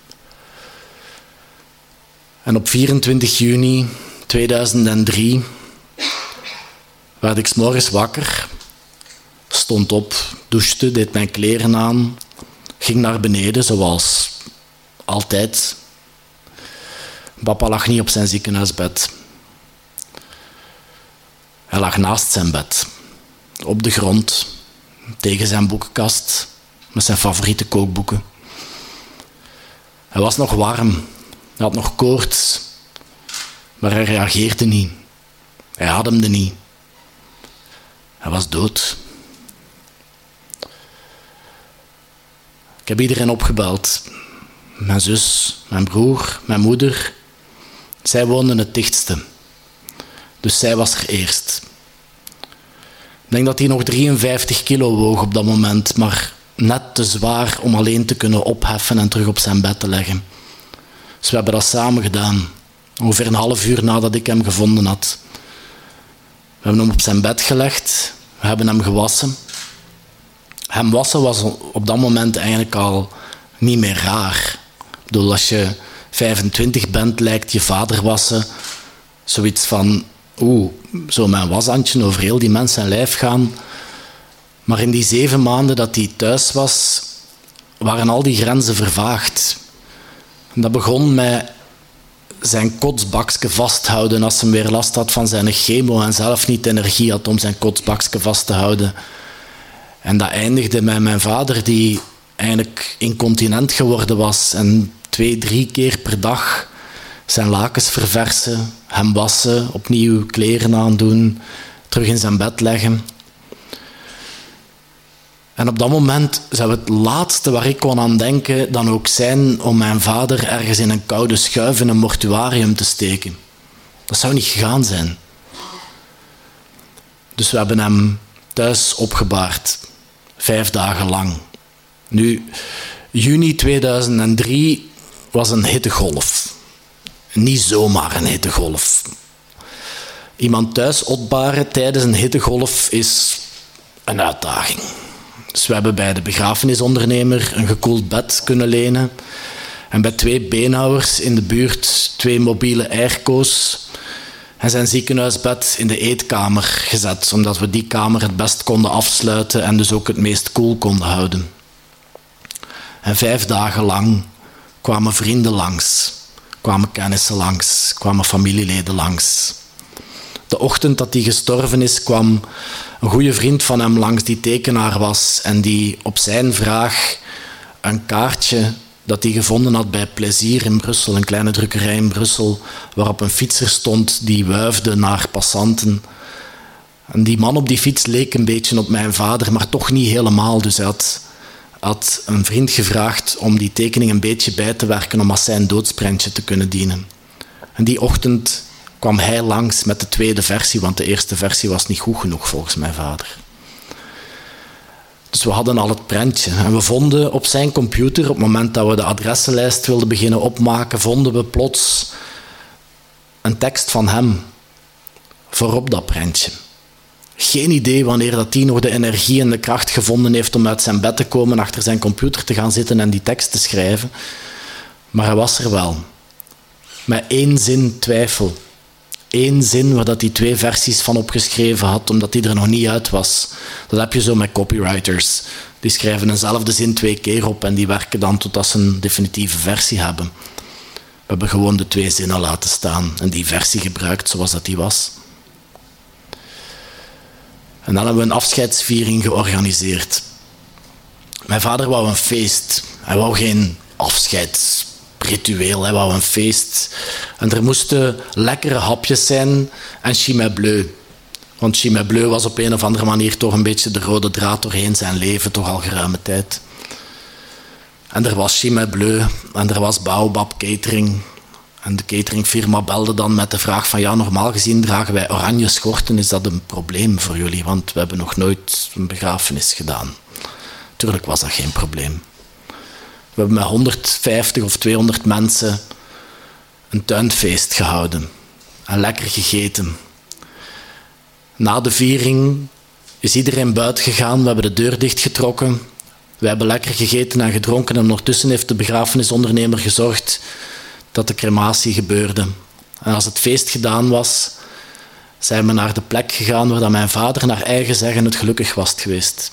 En op vierentwintig juni tweeduizend drie werd ik 's morgens wakker, stond op, douchte, deed mijn kleren aan, ging naar beneden zoals altijd. Papa lag niet op zijn ziekenhuisbed. Hij lag naast zijn bed, op de grond, tegen zijn boekenkast, met zijn favoriete kookboeken. Hij was nog warm, hij had nog koorts, maar hij reageerde niet. Hij ademde niet. Hij was dood. Ik heb iedereen opgebeld. Mijn zus, mijn broer, mijn moeder. Zij woonden het dichtste. Dus zij was er eerst. Ik denk dat hij nog drieënvijftig kilo woog op dat moment, maar net te zwaar om alleen te kunnen opheffen en terug op zijn bed te leggen. Dus we hebben dat samen gedaan. Ongeveer een half uur nadat ik hem gevonden had. We hebben hem op zijn bed gelegd. We hebben hem gewassen. Hem wassen was op dat moment eigenlijk al niet meer raar. Ik bedoel, als je vijfentwintig bent, lijkt je vader wassen zoiets van, oeh, zo mijn washandje over heel die mens zijn lijf gaan. Maar in die zeven maanden dat hij thuis was, waren al die grenzen vervaagd. En dat begon met zijn kotsbakje vasthouden als hij weer last had van zijn chemo en zelf niet de energie had om zijn kotsbakje vast te houden. En dat eindigde met mijn vader die eigenlijk incontinent geworden was en twee, drie keer per dag zijn lakens verversen, hem wassen, opnieuw kleren aandoen, terug in zijn bed leggen. En op dat moment zou het laatste waar ik kon aan denken dan ook zijn om mijn vader ergens in een koude schuif in een mortuarium te steken. Dat zou niet gegaan zijn. Dus we hebben hem thuis opgebaard. Vijf dagen lang. Nu, juni tweeduizend drie was een hittegolf. Niet zomaar een hittegolf. Iemand thuis opbaren tijdens een hittegolf is een uitdaging. Dus we hebben bij de begrafenisondernemer een gekoeld bed kunnen lenen. En bij twee beenhouwers in de buurt twee mobiele airco's. En zijn ziekenhuisbed in de eetkamer gezet, omdat we die kamer het best konden afsluiten en dus ook het meest koel konden houden. En vijf dagen lang kwamen vrienden langs, kwamen kennissen langs, kwamen familieleden langs. De ochtend dat hij gestorven is, kwam een goede vriend van hem langs die tekenaar was en die op zijn vraag een kaartje dat hij gevonden had bij Plezier in Brussel, een kleine drukkerij in Brussel, waarop een fietser stond die wuifde naar passanten. En die man op die fiets leek een beetje op mijn vader, maar toch niet helemaal. Dus hij had, had een vriend gevraagd om die tekening een beetje bij te werken om als zijn doodsprentje te kunnen dienen. En die ochtend kwam hij langs met de tweede versie, want de eerste versie was niet goed genoeg volgens mijn vader. Dus we hadden al het prentje. En we vonden op zijn computer, op het moment dat we de adressenlijst wilden beginnen opmaken, vonden we plots een tekst van hem voorop dat prentje. Geen idee wanneer dat hij nog de energie en de kracht gevonden heeft om uit zijn bed te komen, achter zijn computer te gaan zitten en die tekst te schrijven. Maar hij was er wel. Met één zin twijfel. Eén zin waar dat hij twee versies van opgeschreven had, omdat die er nog niet uit was. Dat heb je zo met copywriters. Die schrijven eenzelfde zin twee keer op en die werken dan totdat ze een definitieve versie hebben. We hebben gewoon de twee zinnen laten staan en die versie gebruikt zoals dat die was. En dan hebben we een afscheidsviering georganiseerd. Mijn vader wou een feest. Hij wou geen afscheidsritueel, hij wou een feest. En er moesten lekkere hapjes zijn en chimay bleu. Want chimay bleu was op een of andere manier toch een beetje de rode draad doorheen zijn leven, toch al geruime tijd. En er was chimay bleu en er was Baobab Catering. En de cateringfirma belde dan met de vraag van ja, normaal gezien dragen wij oranje schorten, is dat een probleem voor jullie? Want we hebben nog nooit een begrafenis gedaan. Tuurlijk was dat geen probleem. We hebben met honderdvijftig of tweehonderd mensen een tuinfeest gehouden. En lekker gegeten. Na de viering is iedereen buiten gegaan, we hebben de deur dichtgetrokken. We hebben lekker gegeten en gedronken en ondertussen heeft de begrafenisondernemer gezorgd dat de crematie gebeurde. En als het feest gedaan was, zijn we naar de plek gegaan waar dat mijn vader naar eigen zeggen het gelukkig was geweest.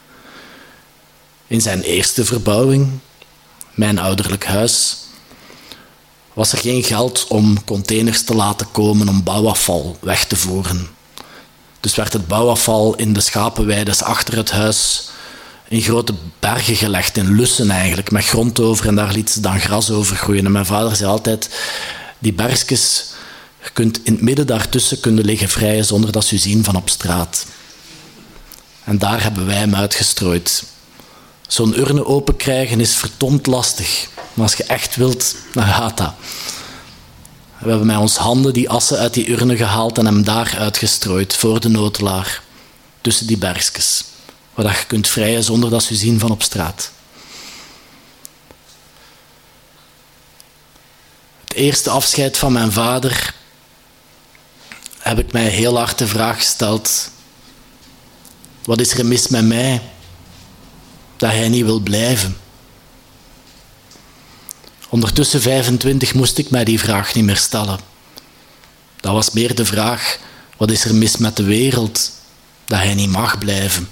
In zijn eerste verbouwing, mijn ouderlijk huis, was er geen geld om containers te laten komen om bouwafval weg te voeren. Dus werd het bouwafval in de schapenweides achter het huis in grote bergen gelegd, in lussen eigenlijk, met grond over en daar liet ze dan gras over groeien. En mijn vader zei altijd, die bergjes, je kunt in het midden daartussen kunnen liggen vrijen zonder dat ze u zien van op straat. En daar hebben wij hem uitgestrooid. Zo'n urne open krijgen is verdomd lastig. Maar als je echt wilt, dan gaat dat. We hebben met ons handen die assen uit die urne gehaald en hem daar uitgestrooid, voor de notelaar, tussen die bergjes. Waar je kunt vrijen zonder dat ze u zien van op straat. Het eerste afscheid van mijn vader heb ik mij heel hard de vraag gesteld: wat is er mis met mij dat hij niet wil blijven? Ondertussen vijfentwintig moest ik mij die vraag niet meer stellen. Dat was meer de vraag: wat is er mis met de wereld dat hij niet mag blijven?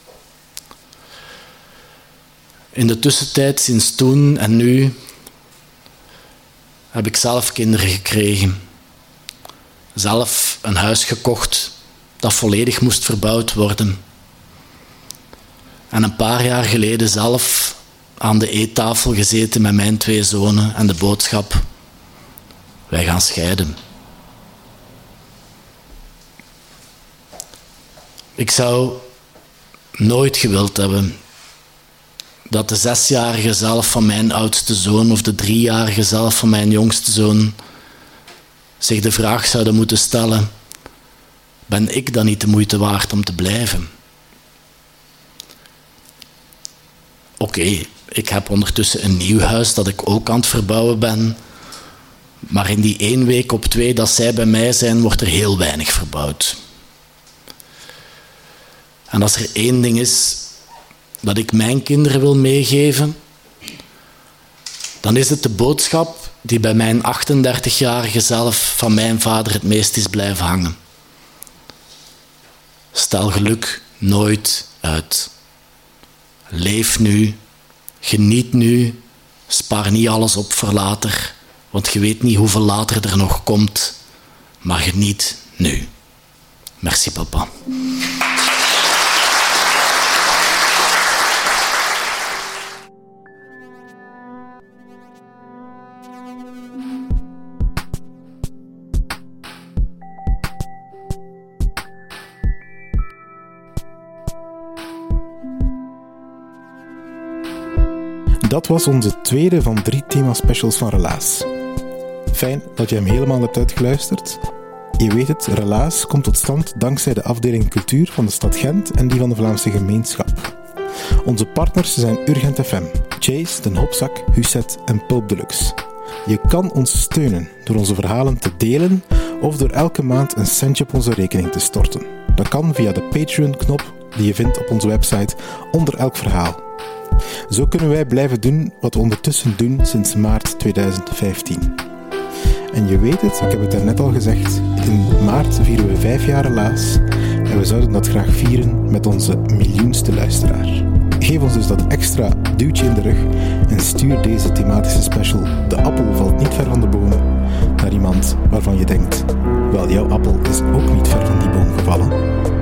In de tussentijd, sinds toen en nu, heb ik zelf kinderen gekregen. Zelf een huis gekocht dat volledig moest verbouwd worden. En een paar jaar geleden zelf aan de eettafel gezeten met mijn twee zonen en de boodschap: wij gaan scheiden. Ik zou nooit gewild hebben dat de zesjarige zelf van mijn oudste zoon of de driejarige zelf van mijn jongste zoon zich de vraag zouden moeten stellen: ben ik dan niet de moeite waard om te blijven? Oké, okay, ik heb ondertussen een nieuw huis dat ik ook aan het verbouwen ben. Maar in die één week op twee dat zij bij mij zijn, wordt er heel weinig verbouwd. En als er één ding is dat ik mijn kinderen wil meegeven, dan is het de boodschap die bij mijn achtendertigjarige zelf van mijn vader het meest is blijven hangen. Stel geluk nooit uit. Leef nu, geniet nu, spaar niet alles op voor later, want je weet niet hoeveel later er nog komt, maar geniet nu. Merci papa. Dat was onze tweede van drie thema-specials van Relaas. Fijn dat je hem helemaal hebt uitgeluisterd. Je weet het, Relaas komt tot stand dankzij de afdeling cultuur van de stad Gent en die van de Vlaamse gemeenschap. Onze partners zijn Urgent F M, Chase, Den Hopzak, Huset en Pulp Deluxe. Je kan ons steunen door onze verhalen te delen of door elke maand een centje op onze rekening te storten. Dat kan via de Patreon-knop die je vindt op onze website onder elk verhaal. Zo kunnen wij blijven doen wat we ondertussen doen sinds maart tweeduizend vijftien. En je weet het, ik heb het daarnet al gezegd, in maart vieren we vijf jaar Relaas en we zouden dat graag vieren met onze miljoenste luisteraar. Geef ons dus dat extra duwtje in de rug en stuur deze thematische special De appel valt niet ver van de boom naar iemand waarvan je denkt, wel, jouw appel is ook niet ver van die boom gevallen.